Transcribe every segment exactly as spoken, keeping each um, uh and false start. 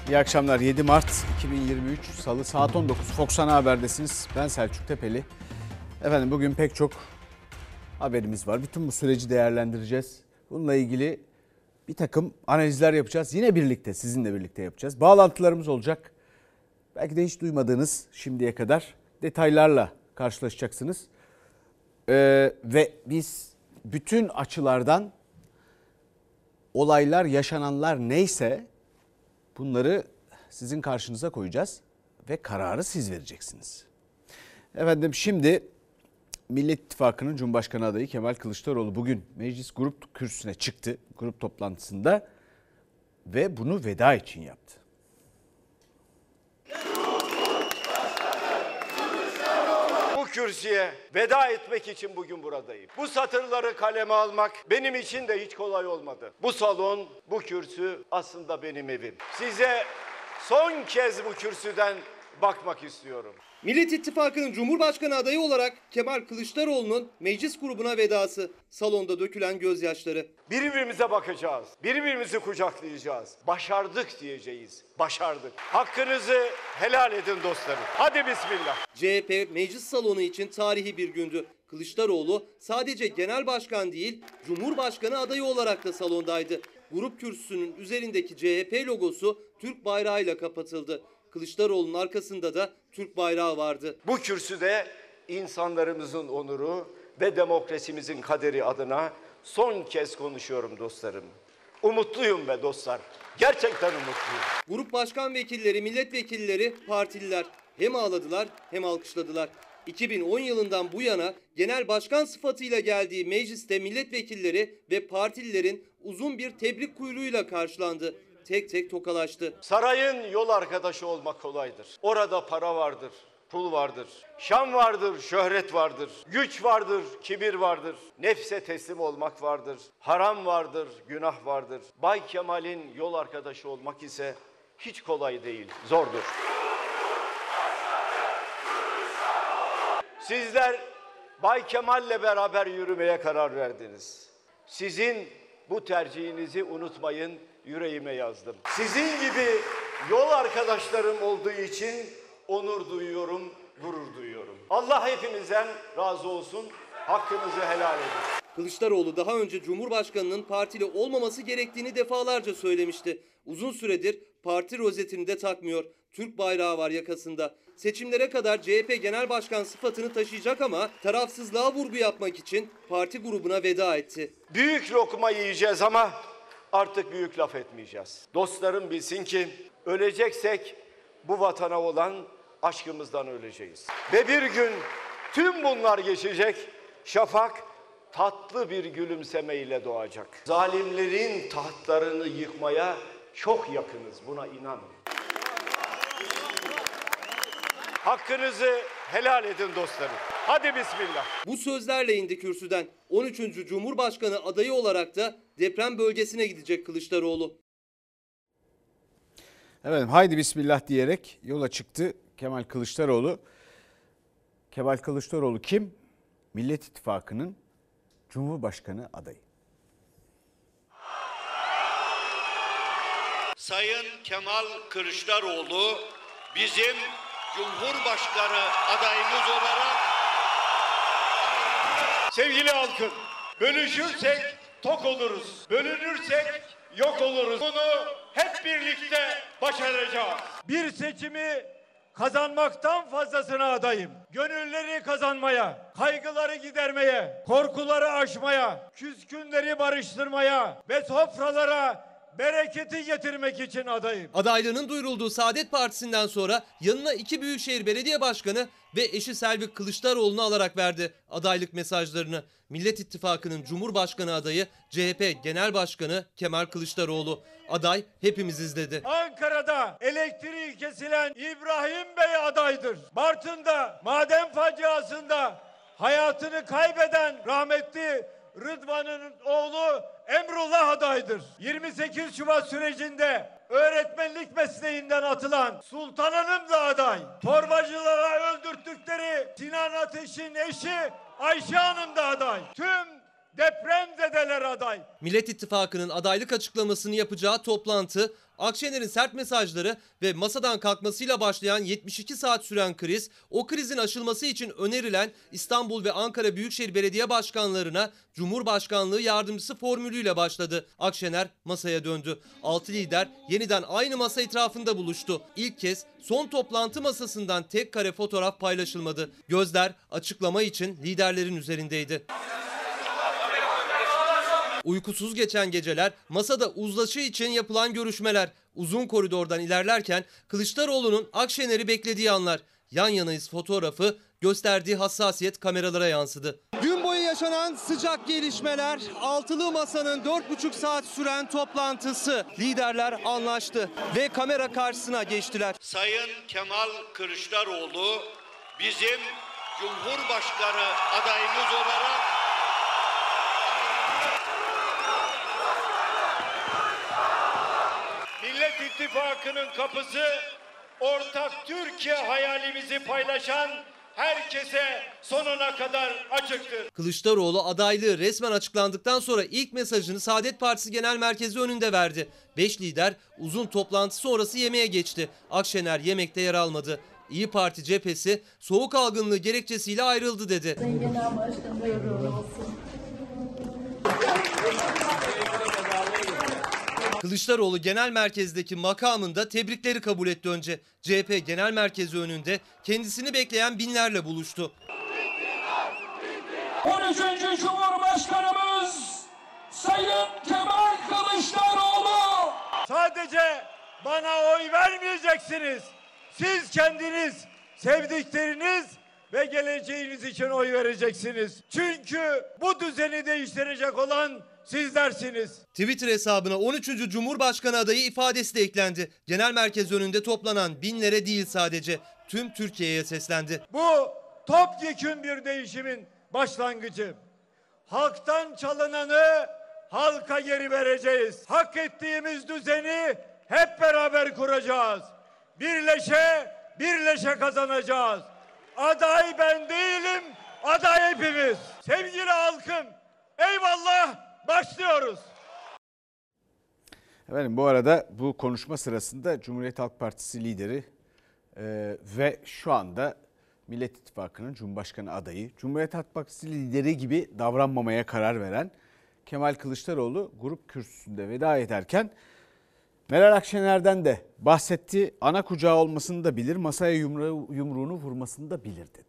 İyi akşamlar. yedi Mart iki bin yirmi üç Salı saat on dokuz Fox Ana Haber'desiniz. Ben Selçuk Tepeli. Efendim bugün pek çok haberimiz var. Bütün bu süreci değerlendireceğiz. Bununla ilgili bir takım analizler yapacağız. Yine birlikte, sizinle birlikte yapacağız. Bağlantılarımız olacak. Belki de hiç duymadığınız şimdiye kadar detaylarla karşılaşacaksınız. Ee, ve biz bütün açılardan olaylar, yaşananlar neyse bunları sizin karşınıza koyacağız ve kararı siz vereceksiniz. Efendim şimdi Millet İttifakı'nın Cumhurbaşkanı adayı Kemal Kılıçdaroğlu bugün meclis grup kürsüsüne çıktı, grup toplantısında ve bunu veda için yaptı. Bu kürsüye veda etmek için bugün buradayım. Bu satırları kaleme almak benim için de hiç kolay olmadı. Bu salon, bu kürsü aslında benim evim. Size son kez bu kürsüden bakmak istiyorum. Millet İttifakı'nın Cumhurbaşkanı adayı olarak Kemal Kılıçdaroğlu'nun meclis grubuna vedası, salonda dökülen gözyaşları. Birbirimize bakacağız, birbirimizi kucaklayacağız. Başardık diyeceğiz, başardık. Hakkınızı helal edin dostlarım. Hadi bismillah. C H P meclis salonu için tarihi bir gündü. Kılıçdaroğlu sadece genel başkan değil, Cumhurbaşkanı adayı olarak da salondaydı. Grup kürsüsünün üzerindeki C H P logosu Türk bayrağıyla kapatıldı. Kılıçdaroğlu'nun arkasında da Türk bayrağı vardı. Bu kürsüde insanlarımızın onuru ve demokrasimizin kaderi adına son kez konuşuyorum dostlarım. Umutluyum be dostlar. Gerçekten umutluyum. Grup başkan vekilleri, milletvekilleri, partililer hem ağladılar hem alkışladılar. iki bin on yılından bu yana genel başkan sıfatıyla geldiği mecliste milletvekilleri ve partililerin uzun bir tebrik kuyruğuyla karşılandı. Tek tek tokalaştı. Sarayın yol arkadaşı olmak kolaydır. Orada para vardır, pul vardır, şan vardır, şöhret vardır, güç vardır, kibir vardır, nefse teslim olmak vardır, haram vardır, günah vardır. Bay Kemal'in yol arkadaşı olmak ise hiç kolay değil, zordur. Sizler Bay Kemal'le beraber yürümeye karar verdiniz. Sizin bu tercihinizi unutmayın, yüreğime yazdım. Sizin gibi yol arkadaşlarım olduğu için onur duyuyorum, gurur duyuyorum. Allah hepimizden razı olsun, hakkınızı helal edin. Kılıçdaroğlu daha önce Cumhurbaşkanı'nın partili olmaması gerektiğini defalarca söylemişti. Uzun süredir parti rozetini de takmıyor. Türk bayrağı var yakasında. Seçimlere kadar C H P Genel Başkan sıfatını taşıyacak ama tarafsızlığa vurgu yapmak için parti grubuna veda etti. Büyük lokma yiyeceğiz ama artık büyük laf etmeyeceğiz. Dostlarım bilsin ki öleceksek bu vatana olan aşkımızdan öleceğiz. Ve bir gün tüm bunlar geçecek, şafak tatlı bir gülümsemeyle doğacak. Zalimlerin tahtlarını yıkmaya çok yakınız, buna inanın. Hakkınızı helal edin dostlarım. Hadi bismillah. Bu sözlerle indi kürsüden. on üçüncü Cumhurbaşkanı adayı olarak da deprem bölgesine gidecek Kılıçdaroğlu. Evet, haydi bismillah diyerek yola çıktı Kemal Kılıçdaroğlu. Kemal Kılıçdaroğlu kim? Millet İttifakı'nın Cumhurbaşkanı adayı. Sayın Kemal Kılıçdaroğlu bizim Cumhurbaşkanı adayımız olarak... Sevgili halkım, bölüşürsek tok oluruz, bölünürsek yok oluruz. Bunu hep birlikte başaracağız. Bir seçimi kazanmaktan fazlasına adayım. Gönülleri kazanmaya, kaygıları gidermeye, korkuları aşmaya, küskünleri barıştırmaya ve sofralara bereketi getirmek için adayım. Adaylığının duyurulduğu Saadet Partisi'nden sonra yanına iki Büyükşehir Belediye Başkanı ve eşi Selvi Kılıçdaroğlu'nu alarak verdi adaylık mesajlarını. Millet İttifakı'nın Cumhurbaşkanı adayı C H P Genel Başkanı Kemal Kılıçdaroğlu. Aday hepimiziz dedi. Ankara'da elektriği kesilen İbrahim Bey adaydır. Bartın'da maden faciasında hayatını kaybeden rahmetli Rıdvan'ın oğlu Emrullah adaydır. yirmi sekiz Şubat sürecinde öğretmenlik mesleğinden atılan Sultan Hanım da aday. Torbacılara öldürttükleri Sinan Ateş'in eşi Ayşe Hanım da aday. Tüm depremzedeler aday. Millet İttifakı'nın adaylık açıklamasını yapacağı toplantı, Akşener'in sert mesajları ve masadan kalkmasıyla başlayan yetmiş iki saat süren kriz, o krizin aşılması için önerilen İstanbul ve Ankara Büyükşehir Belediye Başkanlarına Cumhurbaşkanlığı yardımcısı formülüyle başladı. Akşener masaya döndü. Altı lider yeniden aynı masa etrafında buluştu. İlk kez son toplantı masasından tek kare fotoğraf paylaşılmadı. Gözler açıklama için liderlerin üzerindeydi. Uykusuz geçen geceler, masada uzlaşı için yapılan görüşmeler, uzun koridordan ilerlerken Kılıçdaroğlu'nun Akşener'i beklediği anlar, yan yanayız fotoğrafı, gösterdiği hassasiyet kameralara yansıdı. Gün boyu yaşanan sıcak gelişmeler, altılı masanın dört buçuk saat süren toplantısı. Liderler anlaştı ve kamera karşısına geçtiler. Sayın Kemal Kılıçdaroğlu bizim Cumhurbaşkanı adayımız olarak Millet İttifakı'nın kapısı ortak Türkiye hayalimizi paylaşan herkese sonuna kadar açıktır. Kılıçdaroğlu adaylığı resmen açıklandıktan sonra ilk mesajını Saadet Partisi Genel Merkezi önünde verdi. Beş lider uzun toplantı sonrası yemeğe geçti. Akşener yemekte yer almadı. İyi Parti cephesi soğuk algınlığı gerekçesiyle ayrıldı dedi. Sayın Genel Başkanım buyurun olsun. Kılıçdaroğlu genel merkezdeki makamında tebrikleri kabul etti önce. C H P Genel Merkezi önünde kendisini bekleyen binlerle buluştu. on üçüncü Cumhurbaşkanımız Sayın Kemal Kılıçdaroğlu. Sadece bana oy vermeyeceksiniz. Siz kendiniz, sevdikleriniz ve geleceğiniz için oy vereceksiniz. Çünkü bu düzeni değiştirecek olan sizlersiniz. Twitter hesabına on üçüncü Cumhurbaşkanı adayı ifadesi de eklendi. Genel merkez önünde toplanan binlere değil sadece tüm Türkiye'ye seslendi. Bu topyekün bir değişimin başlangıcı. Halktan çalınanı halka geri vereceğiz. Hak ettiğimiz düzeni hep beraber kuracağız. Birleşe, birleşe kazanacağız. Aday ben değilim, aday hepimiz. Sevgili halkım, eyvallah, başlıyoruz. Efendim bu arada bu konuşma sırasında Cumhuriyet Halk Partisi lideri e, ve şu anda Millet İttifakı'nın Cumhurbaşkanı adayı, Cumhuriyet Halk Partisi lideri gibi davranmamaya karar veren Kemal Kılıçdaroğlu grup kürsüsünde veda ederken Meral Akşener'den de bahsetti. Ana kucağı olmasını da bilir, masaya yumru, yumruğunu vurmasını da bilir dedi.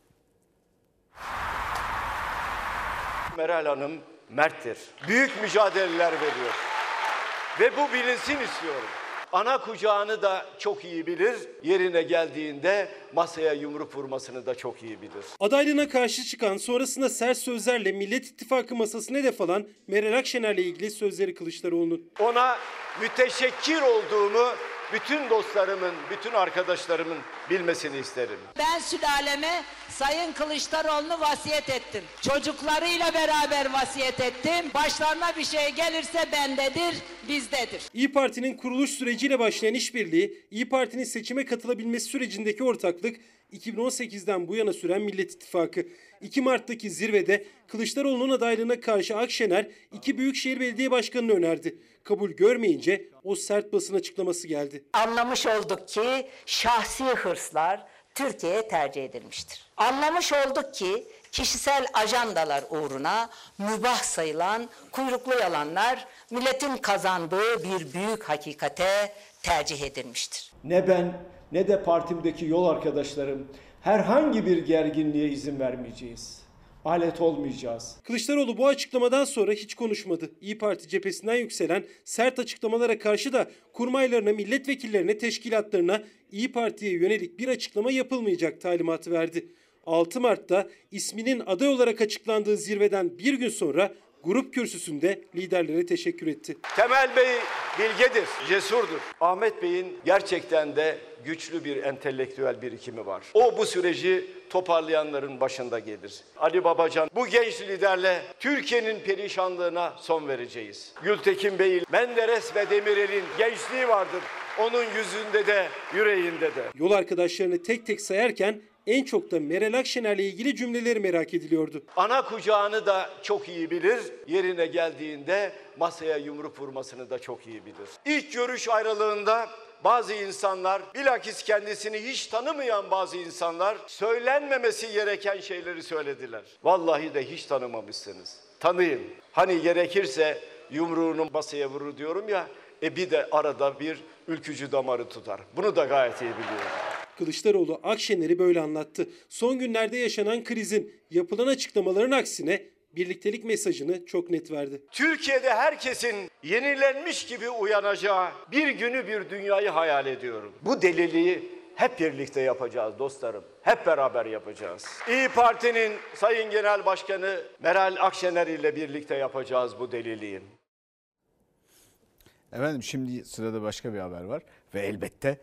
Meral Hanım merttir. Büyük mücadeleler veriyor. Ve bu bilinsin istiyorum. Ana kucağını da çok iyi bilir. Yerine geldiğinde masaya yumruk vurmasını da çok iyi bilir. Adaylığına karşı çıkan, sonrasında sert sözlerle Millet İttifakı masasını hedef alan Meral Akşener'le ilgili sözleri Kılıçdaroğlu'nun. Ona müteşekkir olduğumu bütün dostlarımın, bütün arkadaşlarımın bilmesini isterim. Ben sülaleme Sayın Kılıçdaroğlu'nu vasiyet ettim. Çocuklarıyla beraber vasiyet ettim. Başlarına bir şey gelirse bendedir, bizdedir. İyi Parti'nin kuruluş süreciyle başlayan işbirliği, İyi Parti'nin seçime katılabilmesi sürecindeki ortaklık, iki bin on sekizden bu yana süren Millet İttifakı. iki Mart'taki zirvede Kılıçdaroğlu'nun adaylığına karşı Akşener iki Büyükşehir Belediye Başkanı'nı önerdi. Kabul görmeyince o sert basın açıklaması geldi. Anlamış olduk ki şahsi hırslar Türkiye'ye tercih edilmiştir. Anlamış olduk ki kişisel ajandalar uğruna mübah sayılan kuyruklu yalanlar milletin kazandığı bir büyük hakikate tercih edilmiştir. Ne ben ne de partimdeki yol arkadaşlarım herhangi bir gerginliğe izin vermeyeceğiz. Alet olmayacağız. Kılıçdaroğlu bu açıklamadan sonra hiç konuşmadı. İyi Parti cephesinden yükselen sert açıklamalara karşı da kurmaylarına, milletvekillerine, teşkilatlarına İyi Parti'ye yönelik bir açıklama yapılmayacak talimatı verdi. altı Mart'ta isminin aday olarak açıklandığı zirveden bir gün sonra grup kürsüsünde liderlere teşekkür etti. Kemal Bey bilgedir, cesurdur. Ahmet Bey'in gerçekten de güçlü bir entelektüel birikimi var. O bu süreci toparlayanların başında gelir. Ali Babacan, bu genç liderle Türkiye'nin perişanlığına son vereceğiz. Gültekin Bey, Menderes ve Demirel'in gençliği vardır. Onun yüzünde de yüreğinde de. Yol arkadaşlarını tek tek sayarken En çok da Meral Akşener'le ilgili cümleleri merak ediliyordu. Ana kucağını da çok iyi bilir, yerine geldiğinde masaya yumruk vurmasını da çok iyi bilir. İlk görüş ayrılığında bazı insanlar, bilakis kendisini hiç tanımayan bazı insanlar söylenmemesi gereken şeyleri söylediler. Vallahi de hiç tanımamışsınız. Tanıyın. Hani gerekirse yumruğunu masaya vurur diyorum ya, e bir de arada bir ülkücü damarı tutar. Bunu da gayet iyi biliyorum. Kılıçdaroğlu Akşener'i böyle anlattı. Son günlerde yaşanan krizin yapılan açıklamaların aksine birliktelik mesajını çok net verdi. Türkiye'de herkesin yenilenmiş gibi uyanacağı bir günü, bir dünyayı hayal ediyorum. Bu deliliği hep birlikte yapacağız dostlarım. Hep beraber yapacağız. İYİ Parti'nin Sayın Genel Başkanı Meral Akşener ile birlikte yapacağız bu deliliği. Efendim şimdi sırada başka bir haber var ve elbette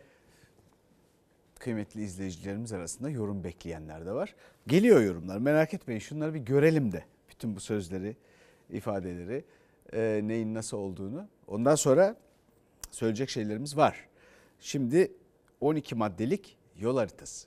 kıymetli izleyicilerimiz arasında yorum bekleyenler de var. Geliyor yorumlar, merak etmeyin, şunları bir görelim de bütün bu sözleri, ifadeleri, e, neyin nasıl olduğunu. Ondan sonra söyleyecek şeylerimiz var. Şimdi on iki maddelik yol haritası.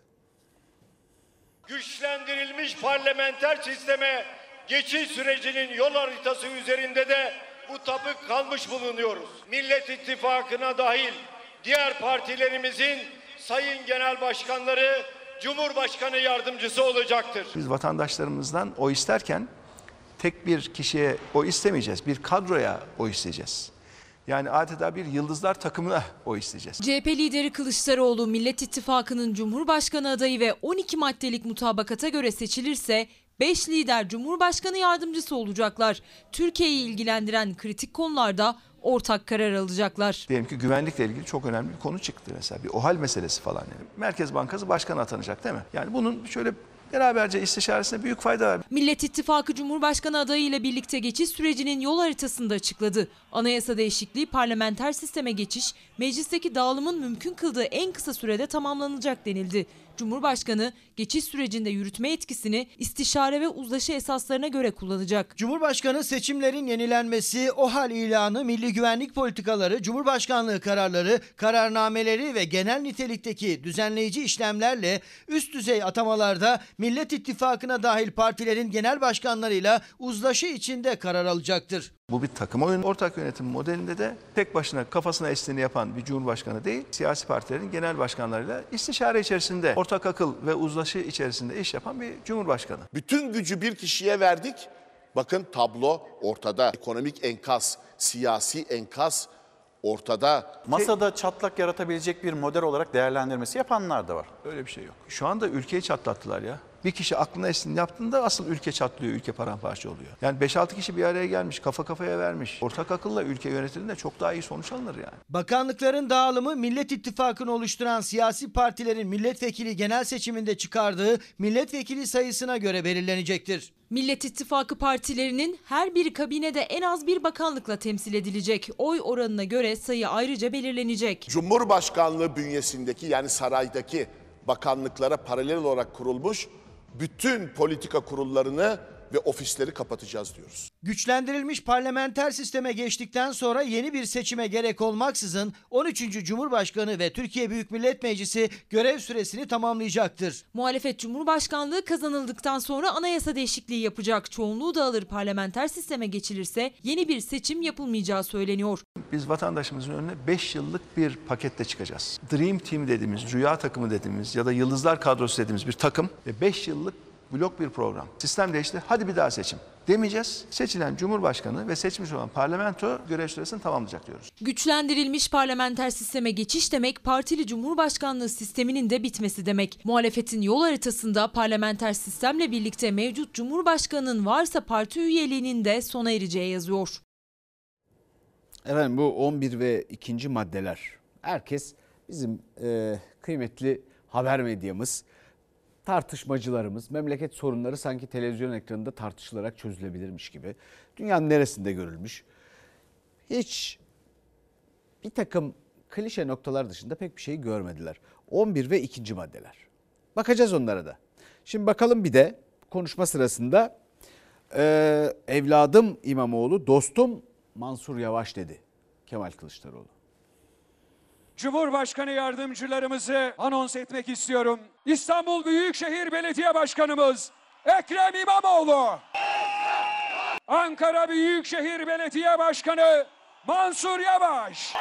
Güçlendirilmiş parlamenter sisteme geçiş sürecinin yol haritası üzerinde de bu tapık kalmış bulunuyoruz. Millet İttifakı'na dahil diğer partilerimizin sayın genel başkanları Cumhurbaşkanı yardımcısı olacaktır. Biz vatandaşlarımızdan oy isterken tek bir kişiye oy istemeyeceğiz. Bir kadroya oy isteyeceğiz. Yani adeta bir yıldızlar takımına oy isteyeceğiz. C H P lideri Kılıçdaroğlu Millet İttifakı'nın Cumhurbaşkanı adayı ve on iki maddelik mutabakata göre seçilirse beş lider Cumhurbaşkanı yardımcısı olacaklar. Türkiye'yi ilgilendiren kritik konularda ortak karar alacaklar. Diyelim ki güvenlikle ilgili çok önemli bir konu çıktı mesela. Bir OHAL meselesi falan. Yani. Merkez Bankası Başkanı atanacak değil mi? Yani bunun şöyle beraberce istişaresine büyük fayda var. Millet İttifakı Cumhurbaşkanı adayı ile birlikte geçiş sürecinin yol haritasını da açıkladı. Anayasa değişikliği, parlamenter sisteme geçiş, meclisteki dağılımın mümkün kıldığı en kısa sürede tamamlanacak denildi. Cumhurbaşkanı geçiş sürecinde yürütme yetkisini istişare ve uzlaşı esaslarına göre kullanacak. Cumhurbaşkanı seçimlerin yenilenmesi, OHAL ilanı, milli güvenlik politikaları, Cumhurbaşkanlığı kararları, kararnameleri ve genel nitelikteki düzenleyici işlemlerle üst düzey atamalarda Millet İttifakı'na dahil partilerin genel başkanlarıyla uzlaşı içinde karar alacaktır. Bu bir takım oyunu. Ortak yönetim modelinde de tek başına kafasına estiğini yapan bir cumhurbaşkanı değil, siyasi partilerin genel başkanlarıyla istişare içerisinde, ortak akıl ve uzlaşı içerisinde iş yapan bir cumhurbaşkanı. Bütün gücü bir kişiye verdik. Bakın tablo ortada. Ekonomik enkaz, siyasi enkaz ortada. Masada çatlak yaratabilecek bir model olarak değerlendirmesi yapanlar da var. Öyle bir şey yok. Şu anda ülkeyi çatlattılar ya. Bir kişi aklına estiğini yaptığında asıl ülke çatlıyor, ülke paramparça oluyor. Yani beş altı kişi bir araya gelmiş, kafa kafaya vermiş. Ortak akılla ülke yönetildiğinde çok daha iyi sonuç alınır yani. Bakanlıkların dağılımı Millet İttifakı'nı oluşturan siyasi partilerin milletvekili genel seçiminde çıkardığı milletvekili sayısına göre belirlenecektir. Millet İttifakı partilerinin her bir kabinede en az bir bakanlıkla temsil edilecek. Oy oranına göre sayı ayrıca belirlenecek. Cumhurbaşkanlığı bünyesindeki, yani saraydaki bakanlıklara paralel olarak kurulmuş bütün politika kurullarını ve ofisleri kapatacağız diyoruz. Güçlendirilmiş parlamenter sisteme geçtikten sonra yeni bir seçime gerek olmaksızın on üçüncü Cumhurbaşkanı ve Türkiye Büyük Millet Meclisi görev süresini tamamlayacaktır. Muhalefet Cumhurbaşkanlığı kazanıldıktan sonra anayasa değişikliği yapacak. Çoğunluğu dağılır, parlamenter sisteme geçilirse yeni bir seçim yapılmayacağı söyleniyor. Biz vatandaşımızın önüne beş yıllık bir paketle çıkacağız. Dream Team dediğimiz, rüya takımı dediğimiz ya da yıldızlar kadrosu dediğimiz bir takım ve beş yıllık blok bir program. Sistem değişti, hadi bir daha seçim demeyeceğiz. Seçilen Cumhurbaşkanı ve seçmiş olan parlamento görev süresini tamamlayacak diyoruz. Güçlendirilmiş parlamenter sisteme geçiş demek, partili cumhurbaşkanlığı sisteminin de bitmesi demek. Muhalefetin yol haritasında parlamenter sistemle birlikte mevcut cumhurbaşkanının varsa parti üyeliğinin de sona ereceği yazıyor. Efendim bu on bir ve ikinci maddeler. Herkes bizim e, kıymetli haber medyamız, tartışmacılarımız, memleket sorunları sanki televizyon ekranında tartışılarak çözülebilirmiş gibi. Dünyanın neresinde görülmüş? Hiç bir takım klişe noktalar dışında pek bir şey görmediler. on bir ve ikinci maddeler. Bakacağız onlara da. Şimdi bakalım bir de konuşma sırasında e, evladım İmamoğlu, dostum Mansur Yavaş dedi Kemal Kılıçdaroğlu. Cumhurbaşkanı yardımcılarımızı anons etmek istiyorum. İstanbul Büyükşehir Belediye Başkanımız Ekrem İmamoğlu. Ankara Büyükşehir Belediye Başkanı Mansur Yavaş.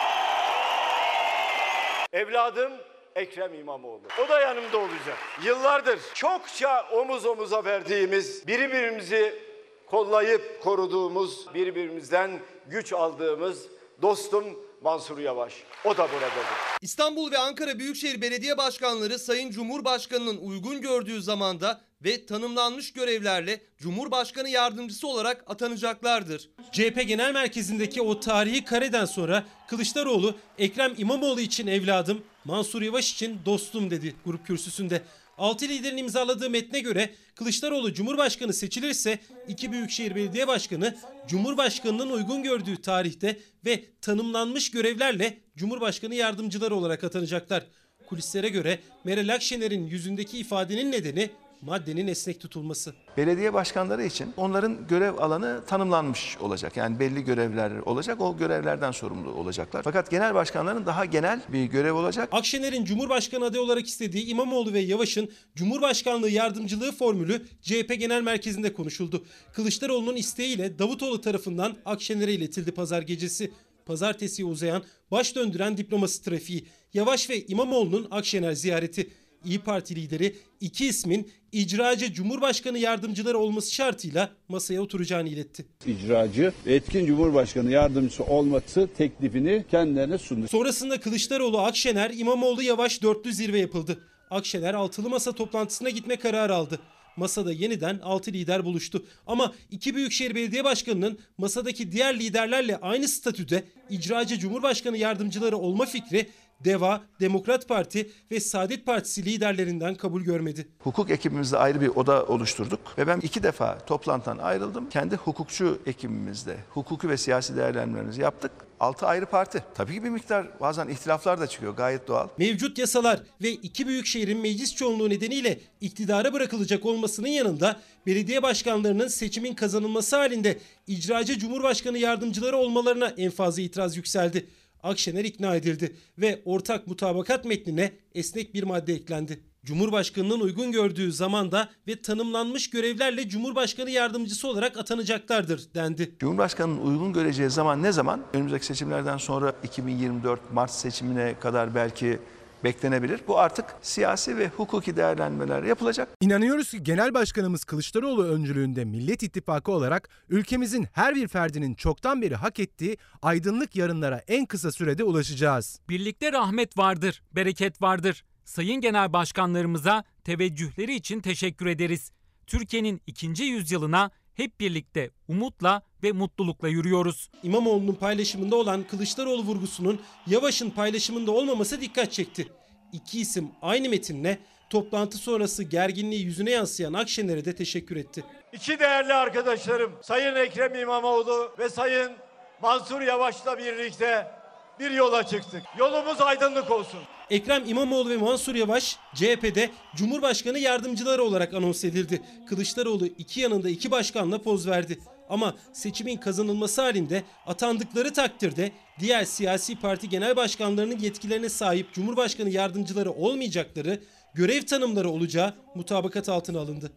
Evladım Ekrem İmamoğlu. O da yanımda olacak. Yıllardır çokça omuz omuza verdiğimiz, birbirimizi kollayıp koruduğumuz, birbirimizden güç aldığımız dostum Mansur Yavaş. O da buradadır. İstanbul ve Ankara Büyükşehir Belediye Başkanları Sayın Cumhurbaşkanı'nın uygun gördüğü zamanda ve tanımlanmış görevlerle Cumhurbaşkanı yardımcısı olarak atanacaklardır. C H P Genel Merkezi'ndeki o tarihi kareden sonra Kılıçdaroğlu Ekrem İmamoğlu için evladım, Mansur Yavaş için dostum dedi grup kürsüsünde. Altı liderin imzaladığı metne göre Kılıçdaroğlu Cumhurbaşkanı seçilirse iki Büyükşehir Belediye Başkanı Cumhurbaşkanı'nın uygun gördüğü tarihte ve tanımlanmış görevlerle Cumhurbaşkanı yardımcıları olarak atanacaklar. Kulislere göre Meral Akşener'in yüzündeki ifadenin nedeni maddenin esnek tutulması. Belediye başkanları için onların görev alanı tanımlanmış olacak. Yani belli görevler olacak, o görevlerden sorumlu olacaklar. Fakat genel başkanların daha genel bir görev olacak. Akşener'in Cumhurbaşkanı adayı olarak istediği İmamoğlu ve Yavaş'ın Cumhurbaşkanlığı yardımcılığı formülü C H P Genel Merkezi'nde konuşuldu. Kılıçdaroğlu'nun isteğiyle Davutoğlu tarafından Akşener'e iletildi pazar gecesi. Pazartesiye uzayan, baş döndüren diplomasi trafiği, Yavaş ve İmamoğlu'nun Akşener ziyareti. İYİ Parti lideri iki ismin icracı Cumhurbaşkanı yardımcıları olması şartıyla masaya oturacağını iletti. İcracı ve etkin Cumhurbaşkanı yardımcısı olması teklifini kendilerine sundu. Sonrasında Kılıçdaroğlu, Akşener, İmamoğlu, Yavaş dörtlü zirve yapıldı. Akşener altılı masa toplantısına gitme kararı aldı. Masada yeniden altı lider buluştu. Ama iki Büyükşehir Belediye Başkanı'nın masadaki diğer liderlerle aynı statüde icracı Cumhurbaşkanı yardımcıları olma fikri DEVA, Demokrat Parti ve Saadet Partisi liderlerinden kabul görmedi. Hukuk ekibimizde ayrı bir oda oluşturduk ve ben iki defa toplantıdan ayrıldım. Kendi hukukçu ekibimizde hukuki ve siyasi değerlendirmelerimizi yaptık. Altı ayrı parti. Tabii ki bir miktar bazen ihtilaflar da çıkıyor, gayet doğal. Mevcut yasalar ve iki büyükşehirin meclis çoğunluğu nedeniyle iktidara bırakılacak olmasının yanında belediye başkanlarının seçimin kazanılması halinde icracı Cumhurbaşkanı yardımcıları olmalarına en fazla itiraz yükseldi. Akşener ikna edildi ve ortak mutabakat metnine esnek bir madde eklendi. Cumhurbaşkanının uygun gördüğü zamanda ve tanımlanmış görevlerle Cumhurbaşkanı yardımcısı olarak atanacaklardır dendi. Cumhurbaşkanının uygun göreceği zaman ne zaman? Önümüzdeki seçimlerden sonra iki bin yirmi dört Mart seçimine kadar belki beklenebilir. Bu artık siyasi ve hukuki değerlendirmeler yapılacak. İnanıyoruz ki Genel Başkanımız Kılıçdaroğlu öncülüğünde Millet İttifakı olarak ülkemizin her bir ferdinin çoktan beri hak ettiği aydınlık yarınlara en kısa sürede ulaşacağız. Birlikte rahmet vardır, bereket vardır. Sayın Genel Başkanlarımıza teveccühleri için teşekkür ederiz. Türkiye'nin ikinci yüzyılına hep birlikte umutla ve mutlulukla yürüyoruz. İmamoğlu'nun paylaşımında olan Kılıçdaroğlu vurgusunun Yavaş'ın paylaşımında olmaması dikkat çekti. İki isim aynı metinle toplantı sonrası gerginliği yüzüne yansıyan Akşener'e de teşekkür etti. İki değerli arkadaşlarım Sayın Ekrem İmamoğlu ve Sayın Mansur Yavaş'la birlikte bir yola çıktık. Yolumuz aydınlık olsun. Ekrem İmamoğlu ve Mansur Yavaş C H P'de Cumhurbaşkanı yardımcıları olarak anons edildi. Kılıçdaroğlu iki yanında iki başkanla poz verdi. Ama seçimin kazanılması halinde atandıkları takdirde diğer siyasi parti genel başkanlarının yetkilerine sahip Cumhurbaşkanı yardımcıları olmayacakları, görev tanımları olacağı mutabakat altına alındı.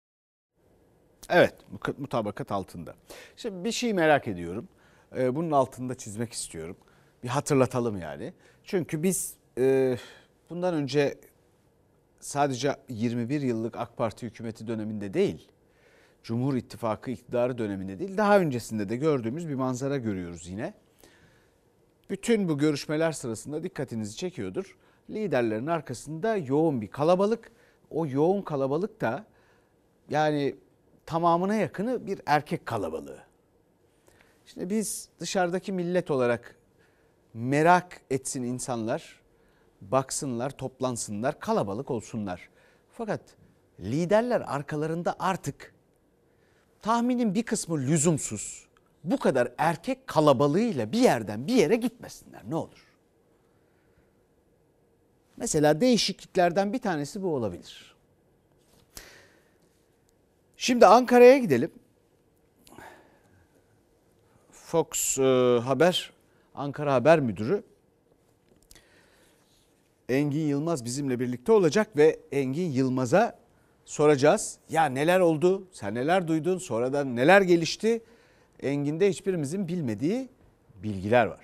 Evet, mutabakat altında. Şimdi bir şey merak ediyorum. Bunun altında çizmek istiyorum. Bir hatırlatalım yani. Çünkü biz e, bundan önce sadece yirmi bir yıllık AK Parti hükümeti döneminde değil, Cumhur İttifakı iktidarı döneminde değil, daha öncesinde de gördüğümüz bir manzara görüyoruz yine. Bütün bu görüşmeler sırasında dikkatinizi çekiyordur. Liderlerin arkasında yoğun bir kalabalık. O yoğun kalabalık da yani tamamına yakını bir erkek kalabalığı. Şimdi biz dışarıdaki millet olarak merak etsin insanlar, baksınlar, toplansınlar, kalabalık olsunlar. Fakat liderler arkalarında artık tahminin bir kısmı lüzumsuz, bu kadar erkek kalabalığıyla bir yerden bir yere gitmesinler ne olur. Mesela değişikliklerden bir tanesi bu olabilir. Şimdi Ankara'ya gidelim. Fox e, Haber, Ankara Haber Müdürü Engin Yılmaz bizimle birlikte olacak ve Engin Yılmaz'a soracağız. Ya neler oldu? Sen neler duydun? Sonradan neler gelişti? Engin'de hiçbirimizin bilmediği bilgiler var.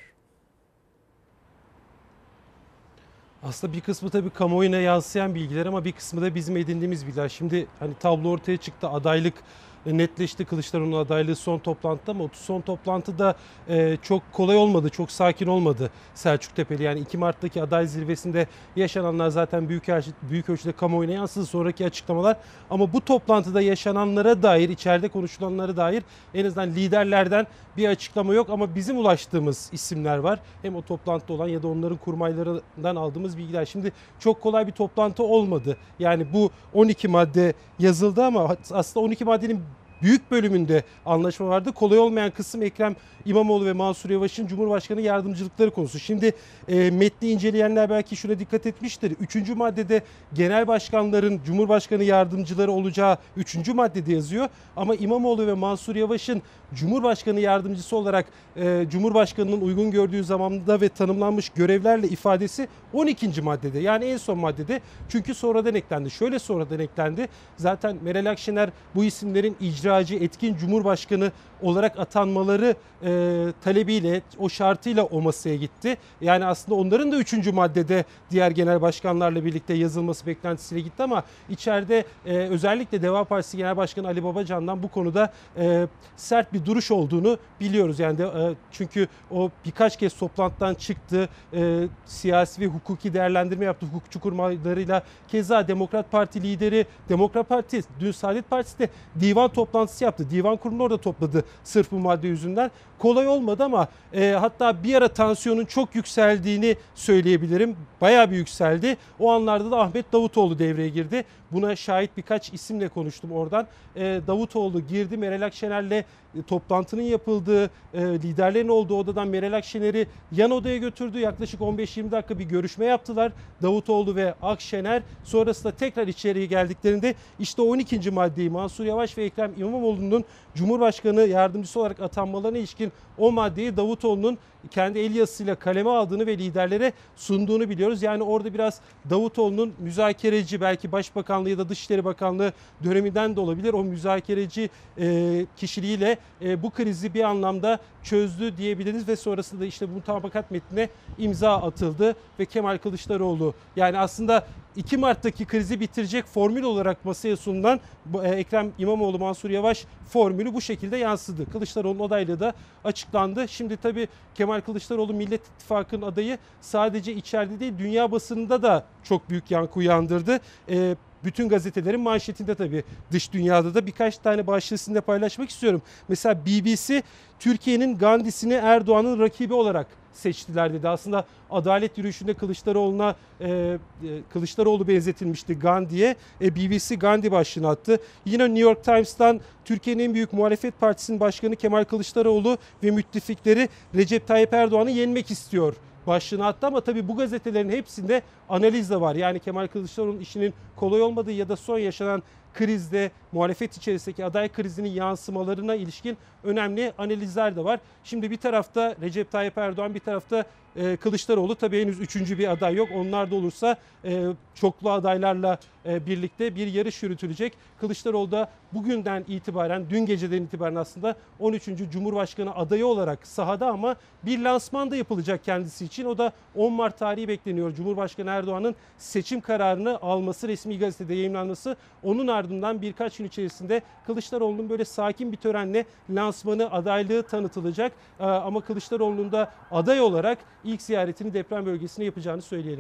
Aslında bir kısmı tabii kamuoyuna yansıyan bilgiler ama bir kısmı da bizim edindiğimiz bilgiler. Şimdi hani tablo ortaya çıktı, adaylık netleşti, Kılıçdaroğlu'nun adaylığı son toplantıda ama o son toplantıda e, çok kolay olmadı, çok sakin olmadı Selçuk Tepeli. Yani iki Mart'taki aday zirvesinde yaşananlar zaten büyük, büyük ölçüde kamuoyuna yansıdı, sonraki açıklamalar. Ama bu toplantıda yaşananlara dair, içeride konuşulanlara dair en azından liderlerden bir açıklama yok. Ama bizim ulaştığımız isimler var. Hem o toplantıda olan ya da onların kurmaylarından aldığımız bilgiler. Şimdi çok kolay bir toplantı olmadı. Yani bu on iki madde yazıldı ama aslında on iki maddenin büyük bölümünde anlaşma vardı. Kolay olmayan kısım Ekrem İmamoğlu ve Mansur Yavaş'ın Cumhurbaşkanı yardımcılıkları konusu. Şimdi e, metni inceleyenler belki şuna dikkat etmiştir. Üçüncü maddede genel başkanların Cumhurbaşkanı yardımcıları olacağı üçüncü maddede yazıyor. Ama İmamoğlu ve Mansur Yavaş'ın Cumhurbaşkanı yardımcısı olarak e, Cumhurbaşkanı'nın uygun gördüğü zamanda ve tanımlanmış görevlerle ifadesi on ikinci maddede. Yani en son maddede. Çünkü sonradan eklendi. Şöyle sonradan eklendi. Zaten Meral Akşener bu isimlerin icracı, etkin Cumhurbaşkanı olarak atanmaları e, talebiyle, o şartıyla o masaya gitti. Yani aslında onların da üçüncü maddede diğer genel başkanlarla birlikte yazılması beklentisiyle gitti ama içeride e, özellikle Deva Partisi Genel Başkanı Ali Babacan'dan bu konuda e, sert bir duruş olduğunu biliyoruz. Yani de, e, çünkü o birkaç kez toplantıdan çıktı, e, siyasi ve hukuki değerlendirme yaptı hukukçu kurmaylarıyla. Keza Demokrat Parti lideri, Demokrat Parti, dün Saadet Partisi de divan toplantısı yaptı. Divan kurulunu orada topladı sırf bu madde yüzünden. Kolay olmadı ama e, hatta bir ara tansiyonun çok yükseldiğini söyleyebilirim. Bayağı bir yükseldi. O anlarda da Ahmet Davutoğlu devreye girdi. Buna şahit birkaç isimle konuştum oradan. E, Davutoğlu girdi. Meral Akşener'le e, toplantının yapıldığı, e, liderlerin olduğu odadan Meral Akşener'i yan odaya götürdü. Yaklaşık on beş yirmi dakika bir görüşme yaptılar. Davutoğlu ve Akşener. Sonrasında tekrar içeriye geldiklerinde işte on ikinci maddeyi Mansur Yavaş ve Ekrem İmamoğlu'nun Cumhurbaşkanı yardımcısı olarak atanmalarına ilişkin o maddeyi Davutoğlu'nun kendi el yazısıyla kaleme aldığını ve liderlere sunduğunu biliyoruz. Yani orada biraz Davutoğlu'nun müzakereci, belki Başbakanlığı ya da Dışişleri Bakanlığı döneminden de olabilir. O müzakereci e, kişiliğiyle e, bu krizi bir anlamda çözdü diyebiliriz ve sonrasında işte bu mutabakat metnine imza atıldı ve Kemal Kılıçdaroğlu, yani aslında iki Mart'taki krizi bitirecek formül olarak masaya sunulan Ekrem İmamoğlu, Mansur Yavaş formülü bu şekilde yansıdı. Kılıçdaroğlu'nun adaylığı da açıklandı. Şimdi tabii Kemal Kılıçdaroğlu Millet İttifakı'nın adayı sadece içeride değil, dünya basınında da çok büyük yankı uyandırdı. Ee, bütün gazetelerin manşetinde tabii, dış dünyada da birkaç tane başlığını paylaşmak istiyorum. Mesela B B C Türkiye'nin Gandhi'sini Erdoğan'ın rakibi olarak seçtiler dedi. Aslında adalet yürüyüşünde Kılıçdaroğlu'na e, e, Kılıçdaroğlu benzetilmişti Gandhi'ye. E, B B C Gandhi başlığını attı. Yine New York Times'tan Türkiye'nin en büyük muhalefet partisinin başkanı Kemal Kılıçdaroğlu ve müttefikleri Recep Tayyip Erdoğan'ı yenmek istiyor başlığını attı ama tabii bu gazetelerin hepsinde analiz de var. Yani Kemal Kılıçdaroğlu'nun işinin kolay olmadığı ya da son yaşanan krizde, muhalefet içerisindeki aday krizinin yansımalarına ilişkin önemli analizler de var. Şimdi bir tarafta Recep Tayyip Erdoğan, bir tarafta e, Kılıçdaroğlu. Tabii henüz üçüncü bir aday yok. Onlar da olursa e, çoklu adaylarla e, birlikte bir yarış yürütülecek. Kılıçdaroğlu da bugünden itibaren, dün geceden itibaren aslında on üçüncü Cumhurbaşkanı adayı olarak sahada ama bir lansman da yapılacak kendisi için. O da on Mart tarihi bekleniyor. Cumhurbaşkanı Erdoğan'ın seçim kararını alması, resmi gazetede yayımlanması. Onun ardından birkaç gün içerisinde Kılıçdaroğlu'nun böyle sakin bir törenle lansmanı, adaylığı tanıtılacak. Ama Kılıçdaroğlu'nun da aday olarak ilk ziyaretini deprem bölgesine yapacağını söyleyelim.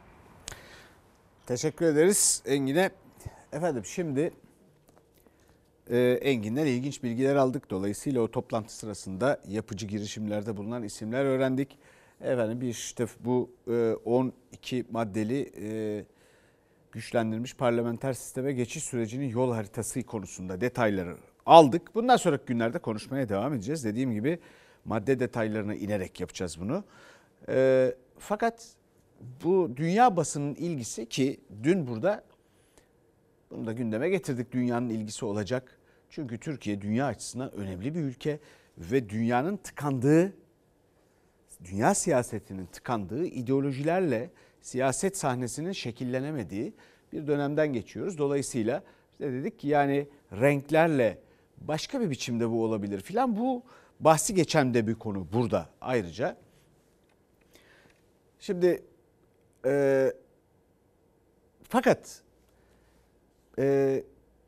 Teşekkür ederiz Engin'e. Efendim şimdi e, Engin'den ilginç bilgiler aldık. Dolayısıyla o toplantı sırasında yapıcı girişimlerde bulunan isimler öğrendik. Efendim bir işte bu e, on iki maddeli e, güçlendirilmiş parlamenter sisteme geçiş sürecinin yol haritası konusunda detayları aldık. Bundan sonraki günlerde konuşmaya devam edeceğiz. Dediğim gibi madde detaylarına inerek yapacağız bunu. E, fakat bu dünya basının ilgisi, ki dün burada bunu da gündeme getirdik, dünyanın ilgisi olacak. Çünkü Türkiye dünya açısından önemli bir ülke ve dünyanın tıkandığı, dünya siyasetinin tıkandığı ideolojilerle siyaset sahnesinin şekillenemediği bir dönemden geçiyoruz. Dolayısıyla işte dedik ki yani renklerle başka bir biçimde bu olabilir filan. Bu bahsi geçen de bir konu burada ayrıca. Şimdi e, fakat e,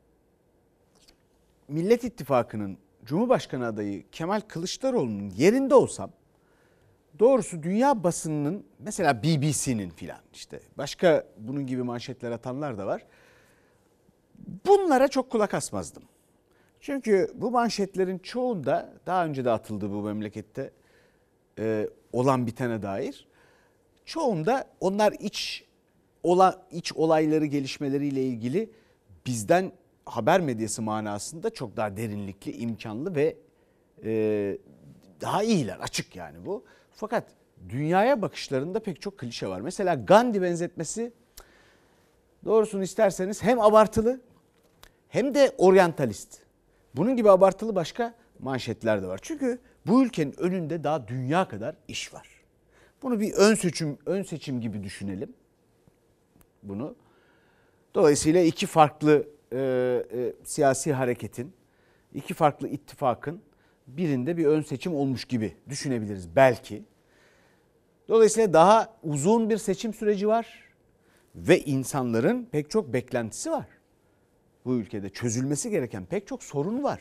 Millet İttifakı'nın Cumhurbaşkanı adayı Kemal Kılıçdaroğlu'nun yerinde olsam doğrusu dünya basınının mesela B B C'nin filan işte başka bunun gibi manşetler atanlar da var. Bunlara çok kulak asmazdım. Çünkü bu manşetlerin çoğunda daha önce de atıldı bu memlekette e, olan bitene dair. Çoğunda onlar iç ola, iç olayları gelişmeleriyle ilgili bizden haber medyası manasında çok daha derinlikli, imkanlı ve e, daha iyiler, açık yani bu. Fakat dünyaya bakışlarında pek çok klişe var. Mesela Gandhi benzetmesi doğrusunu isterseniz hem abartılı hem de oryantalist. Bunun gibi abartılı başka manşetler de var. Çünkü bu ülkenin önünde daha dünya kadar iş var. Bunu bir ön seçim, ön seçim gibi düşünelim. Bunu. Dolayısıyla iki farklı e, e, siyasi hareketin, iki farklı ittifakın birinde bir ön seçim olmuş gibi düşünebiliriz belki. Dolayısıyla daha uzun bir seçim süreci var ve insanların pek çok beklentisi var. Bu ülkede çözülmesi gereken pek çok sorun var.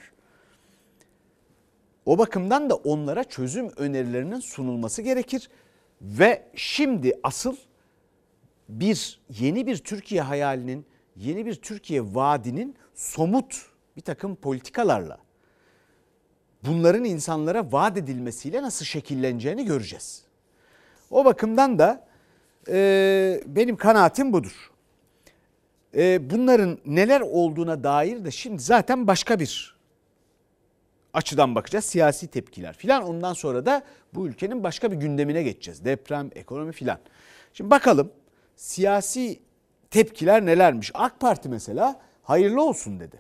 O bakımdan da onlara çözüm önerilerinin sunulması gerekir ve şimdi asıl bir yeni bir Türkiye hayalinin, yeni bir Türkiye vaadinin somut bir takım politikalarla bunların insanlara vaat edilmesiyle nasıl şekilleneceğini göreceğiz. O bakımdan da e, benim kanaatim budur. E, bunların neler olduğuna dair de şimdi zaten başka bir açıdan bakacağız. Siyasi tepkiler filan. Ondan sonra da bu ülkenin başka bir gündemine geçeceğiz. Deprem, ekonomi filan. Şimdi bakalım siyasi tepkiler nelermiş? AK Parti mesela hayırlı olsun dedi.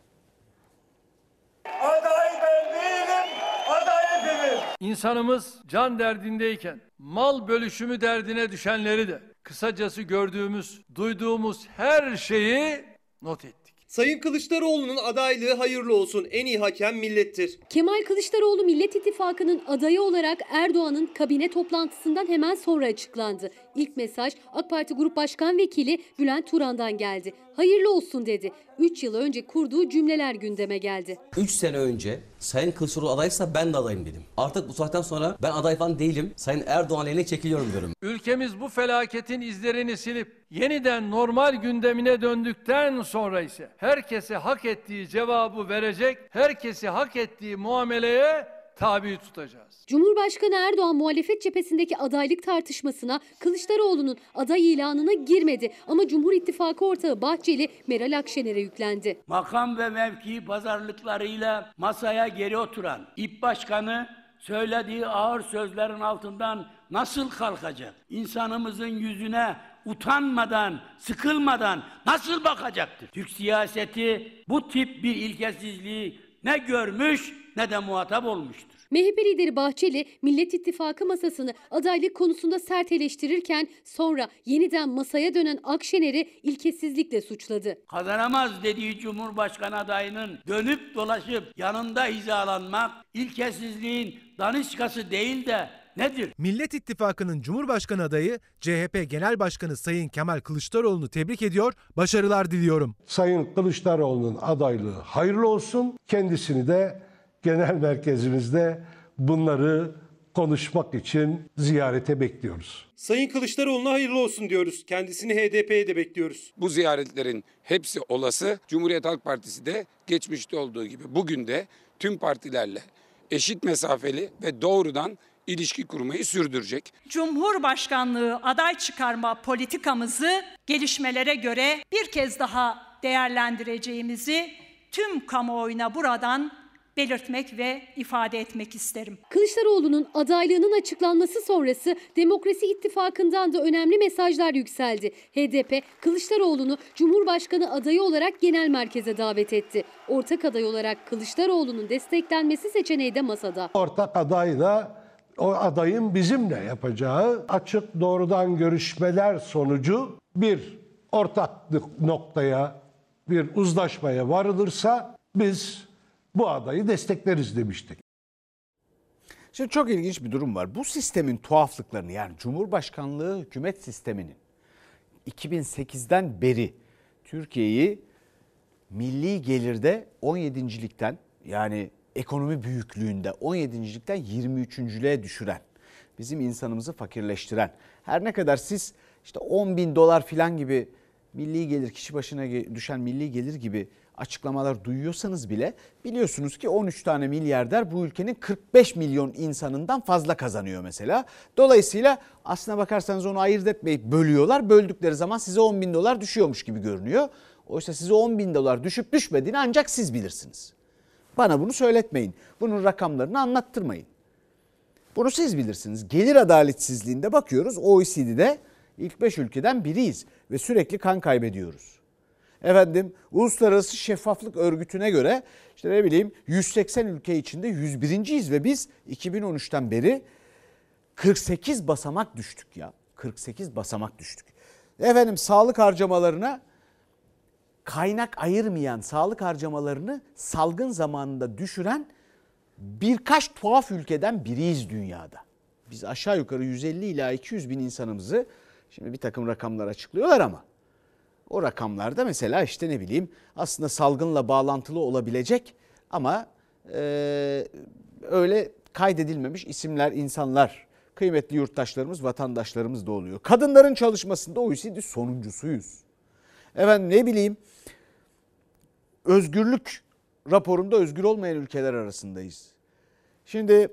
Aday ben değilim, aday hepimiz. İnsanımız can derdindeyken mal bölüşümü derdine düşenleri de kısacası gördüğümüz, duyduğumuz her şeyi not ettik. Sayın Kılıçdaroğlu'nun adaylığı hayırlı olsun. En iyi hakem millettir. Kemal Kılıçdaroğlu Millet İttifakı'nın adayı olarak Erdoğan'ın kabine toplantısından hemen sonra açıklandı. İlk mesaj AK Parti Grup Başkan Vekili Bülent Turan'dan geldi. Hayırlı olsun dedi. üç yıl önce kurduğu cümleler gündeme geldi. üç sene önce Sayın Kılıçdaroğlu adaysa ben de adayım dedim. Artık bu saatten sonra ben aday falan değilim. Sayın Erdoğan eline çekiliyorum diyorum. Ülkemiz bu felaketin izlerini silip yeniden normal gündemine döndükten sonra ise herkese hak ettiği cevabı verecek, herkesi hak ettiği muameleye tabi tutacağız. Cumhurbaşkanı Erdoğan muhalefet cephesindeki adaylık tartışmasına Kılıçdaroğlu'nun aday ilanına girmedi. Ama Cumhur İttifakı ortağı Bahçeli Meral Akşener'e yüklendi. Makam ve mevki pazarlıklarıyla masaya geri oturan İP Başkanı söylediği ağır sözlerin altından nasıl kalkacak? İnsanımızın yüzüne utanmadan, sıkılmadan nasıl bakacaktır? Türk siyaseti bu tip bir ilkesizliği ne görmüş ne de muhatap olmuştur. M H P lideri Bahçeli, Millet İttifakı masasını adaylık konusunda sert eleştirirken sonra yeniden masaya dönen Akşener'i ilkesizlikle suçladı. Kazanamaz dediği Cumhurbaşkanı adayının dönüp dolaşıp yanında hizalanmak ilkesizliğin daniskası değil de nedir? Millet İttifakı'nın Cumhurbaşkanı adayı C H P Genel Başkanı Sayın Kemal Kılıçdaroğlu'nu tebrik ediyor, başarılar diliyorum. Sayın Kılıçdaroğlu'nun adaylığı hayırlı olsun. Kendisini de genel merkezimizde bunları konuşmak için ziyarete bekliyoruz. Sayın Kılıçdaroğlu'na hayırlı olsun diyoruz. Kendisini H D P'ye de bekliyoruz. Bu ziyaretlerin hepsi olası. Cumhuriyet Halk Partisi de geçmişte olduğu gibi bugün de tüm partilerle eşit mesafeli ve doğrudan ilişki kurmayı sürdürecek. Cumhurbaşkanlığı aday çıkarma politikamızı gelişmelere göre bir kez daha değerlendireceğimizi tüm kamuoyuna buradan belirtmek ve ifade etmek isterim. Kılıçdaroğlu'nun adaylığının açıklanması sonrası Demokrasi İttifakı'ndan da önemli mesajlar yükseldi. H D P, Kılıçdaroğlu'nu Cumhurbaşkanı adayı olarak genel merkeze davet etti. Ortak aday olarak Kılıçdaroğlu'nun desteklenmesi seçeneği de masada. Ortak aday da o adayın bizimle yapacağı açık doğrudan görüşmeler sonucu bir ortaklık noktaya, bir uzlaşmaya varılırsa biz bu adayı destekleriz demiştik. Şimdi çok ilginç bir durum var. Bu sistemin tuhaflıklarını, yani Cumhurbaşkanlığı hükümet sisteminin iki bin sekizden beri Türkiye'yi milli gelirde on yedincilikten, yani ekonomi büyüklüğünde on yedincilikten yirmi üçüncülüğe düşüren, bizim insanımızı fakirleştiren, her ne kadar siz işte on bin dolar falan gibi milli gelir, kişi başına düşen milli gelir gibi açıklamalar duyuyorsanız bile biliyorsunuz ki on üç tane milyarder bu ülkenin kırk beş milyon insanından fazla kazanıyor mesela. Dolayısıyla aslına bakarsanız onu ayırt etmeyip bölüyorlar. Böldükleri zaman size on bin dolar düşüyormuş gibi görünüyor. Oysa size on bin dolar düşüp düşmediğini ancak siz bilirsiniz. Bana bunu söyletmeyin. Bunun rakamlarını anlattırmayın. Bunu siz bilirsiniz. Gelir adaletsizliğinde bakıyoruz, O E C D'de ilk beş ülkeden biriyiz ve sürekli kan kaybediyoruz. Efendim, Uluslararası Şeffaflık Örgütü'ne göre işte ne bileyim yüz seksen ülke içinde yüz birinciyiz ve biz iki bin on üçten beri kırk sekiz basamak düştük ya. kırk sekiz basamak düştük. Efendim, sağlık harcamalarına kaynak ayırmayan, sağlık harcamalarını salgın zamanında düşüren birkaç tuhaf ülkeden biriyiz dünyada. Biz aşağı yukarı yüz elli ila iki yüz bin insanımızı, şimdi bir takım rakamlar açıklıyorlar ama o rakamlarda mesela işte ne bileyim aslında salgınla bağlantılı olabilecek ama e, öyle kaydedilmemiş isimler, insanlar, kıymetli yurttaşlarımız, vatandaşlarımız da oluyor. Kadınların çalışmasında O E C D sonuncusuyuz. Efendim ne bileyim özgürlük raporunda özgür olmayan ülkeler arasındayız. Şimdi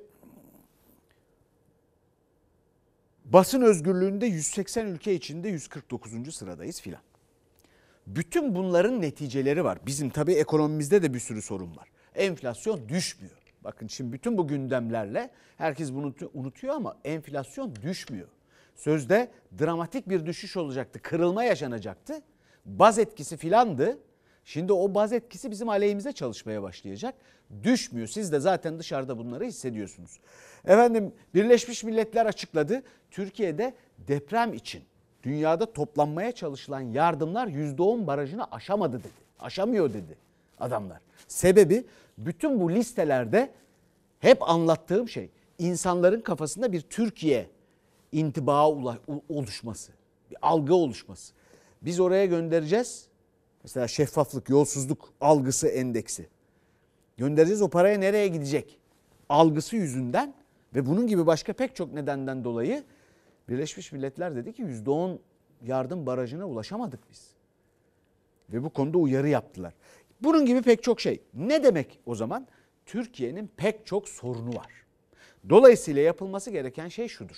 basın özgürlüğünde yüz seksen ülke içinde yüz kırk dokuzuncu sıradayız filan. Bütün bunların neticeleri var. Bizim tabii ekonomimizde de bir sürü sorun var. Enflasyon düşmüyor. Bakın şimdi bütün bu gündemlerle herkes bunu unutuyor ama enflasyon düşmüyor. Sözde dramatik bir düşüş olacaktı, kırılma yaşanacaktı. Baz etkisi filandı. Şimdi o baz etkisi bizim aleyhimize çalışmaya başlayacak. Düşmüyor. Siz de zaten dışarıda bunları hissediyorsunuz. Efendim, Birleşmiş Milletler açıkladı. Türkiye'de deprem için dünyada toplanmaya çalışılan yardımlar yüzde on barajını aşamadı dedi. Aşamıyor dedi adamlar. Sebebi bütün bu listelerde hep anlattığım şey, insanların kafasında bir Türkiye intibağı oluşması, bir algı oluşması. Biz oraya göndereceğiz. Mesela şeffaflık, yolsuzluk algısı endeksi. Göndereceğiz, o paraya nereye gidecek? Algısı yüzünden ve bunun gibi başka pek çok nedenden dolayı Birleşmiş Milletler dedi ki yüzde on yardım barajına ulaşamadık biz. Ve bu konuda uyarı yaptılar. Bunun gibi pek çok şey. Ne demek o zaman? Türkiye'nin pek çok sorunu var. Dolayısıyla yapılması gereken şey şudur.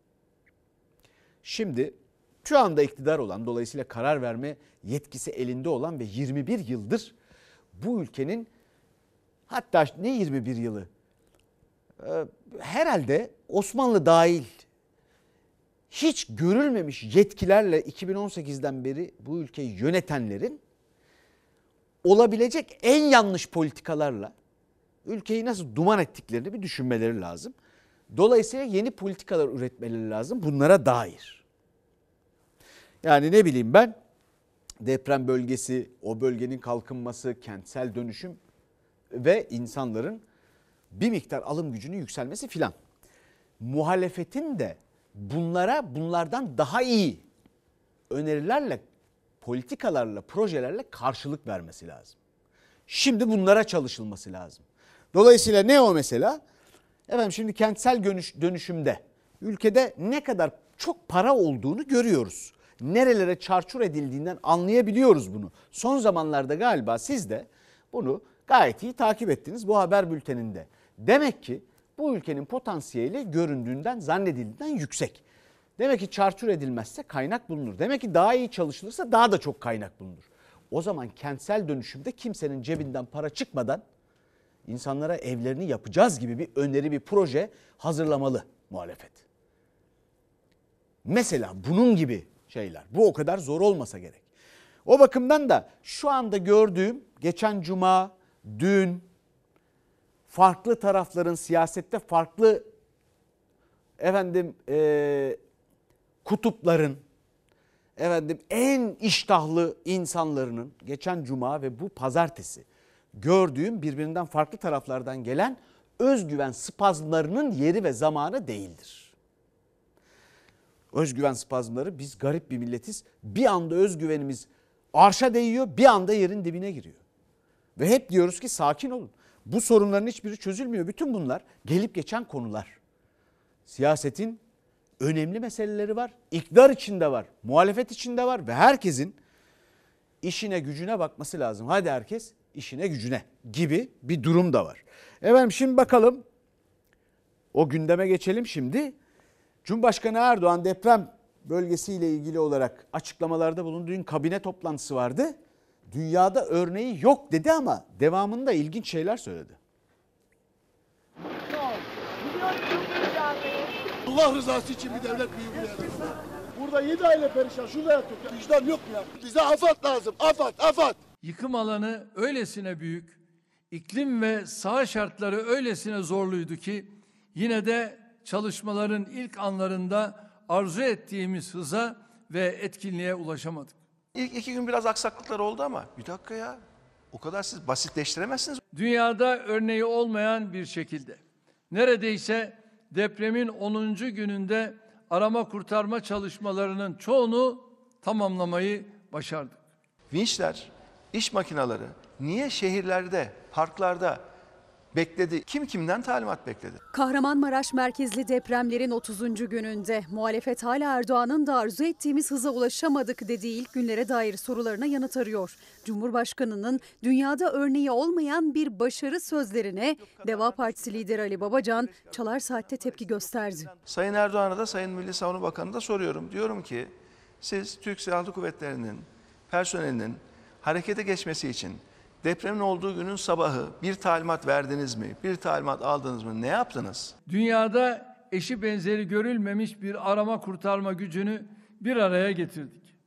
Şimdi şu anda iktidar olan, dolayısıyla karar verme yetkisi elinde olan ve yirmi bir yıldır bu ülkenin, hatta ne yirmi bir yılı, ee, herhalde Osmanlı dahil hiç görülmemiş yetkilerle iki bin on sekizden beri bu ülkeyi yönetenlerin olabilecek en yanlış politikalarla ülkeyi nasıl duman ettiklerini bir düşünmeleri lazım. Dolayısıyla yeni politikalar üretmeleri lazım bunlara dair. Yani ne bileyim ben, deprem bölgesi, o bölgenin kalkınması, kentsel dönüşüm ve insanların bir miktar alım gücünün yükselmesi filan. Muhalefetin de bunlara bunlardan daha iyi önerilerle, politikalarla, projelerle karşılık vermesi lazım. Şimdi bunlara çalışılması lazım. Dolayısıyla ne o mesela? Efendim şimdi kentsel dönüşümde ülkede ne kadar çok para olduğunu görüyoruz. Nerelere çarçur edildiğinden anlayabiliyoruz bunu. Son zamanlarda galiba siz de bunu gayet iyi takip ettiniz bu haber bülteninde. Demek ki bu ülkenin potansiyeli göründüğünden, zannedildiğinden yüksek. Demek ki çarçur edilmezse kaynak bulunur. Demek ki daha iyi çalışılırsa daha da çok kaynak bulunur. O zaman kentsel dönüşümde kimsenin cebinden para çıkmadan insanlara evlerini yapacağız gibi bir öneri, bir proje hazırlamalı muhalefet. Mesela bunun gibi şeyler. Bu o kadar zor olmasa gerek. O bakımdan da şu anda gördüğüm, geçen cuma, dün farklı tarafların siyasette farklı efendim e, kutupların, efendim en iştahlı insanlarının geçen cuma ve bu pazartesi gördüğüm birbirinden farklı taraflardan gelen özgüven spazmlarının yeri ve zamanı değildir. Özgüven spazmları, biz garip bir milletiz. Bir anda özgüvenimiz arşa değiyor, bir anda yerin dibine giriyor. Ve hep diyoruz ki sakin olun. Bu sorunların hiçbiri çözülmüyor. Bütün bunlar gelip geçen konular. Siyasetin önemli meseleleri var. İktidar içinde var, muhalefet içinde var ve herkesin işine gücüne bakması lazım. Hadi herkes işine gücüne gibi bir durum da var. Efendim şimdi bakalım, o gündeme geçelim şimdi. Cumhurbaşkanı Erdoğan deprem bölgesiyle ilgili olarak açıklamalarda bulundu. Dün kabine toplantısı vardı. Dünyada örneği yok dedi ama devamında ilginç şeyler söyledi. Allah rızası için bir devlet büyüğü. Burada yedi aile perişan. Şurada yatıyor. Vicdan yok mu ya? Bize AFAD lazım. AFAD, AFAD. Yıkım alanı öylesine büyük, iklim ve saha şartları öylesine zorluydu ki yine de çalışmaların ilk anlarında arzu ettiğimiz hıza ve etkinliğe ulaşamadık. İlk iki gün biraz aksaklıklar oldu ama bir dakika ya, o kadar siz basitleştiremezsiniz. Dünyada örneği olmayan bir şekilde neredeyse depremin onuncu gününde arama kurtarma çalışmalarının çoğunu tamamlamayı başardık. Vinçler, iş makineleri niye şehirlerde, parklarda bekledi? Kim kimden talimat bekledi? Kahramanmaraş merkezli depremlerin otuzuncu gününde muhalefet hala Erdoğan'ın da arzu ettiğimiz hıza ulaşamadık dediği ilk günlere dair sorularına yanıt arıyor. Cumhurbaşkanı'nın dünyada örneği olmayan bir başarı sözlerine Deva Partisi lideri Ali Babacan Çalar Saat'te tepki gösterdi. Sayın Erdoğan'a da Sayın Milli Savunma Bakanı'na da soruyorum. Diyorum ki siz Türk Silahlı Kuvvetleri'nin personelinin harekete geçmesi için depremin olduğu günün sabahı bir talimat verdiniz mi? Bir talimat aldınız mı? Ne yaptınız? Dünyada eşi benzeri görülmemiş bir arama kurtarma gücünü bir araya getirdik.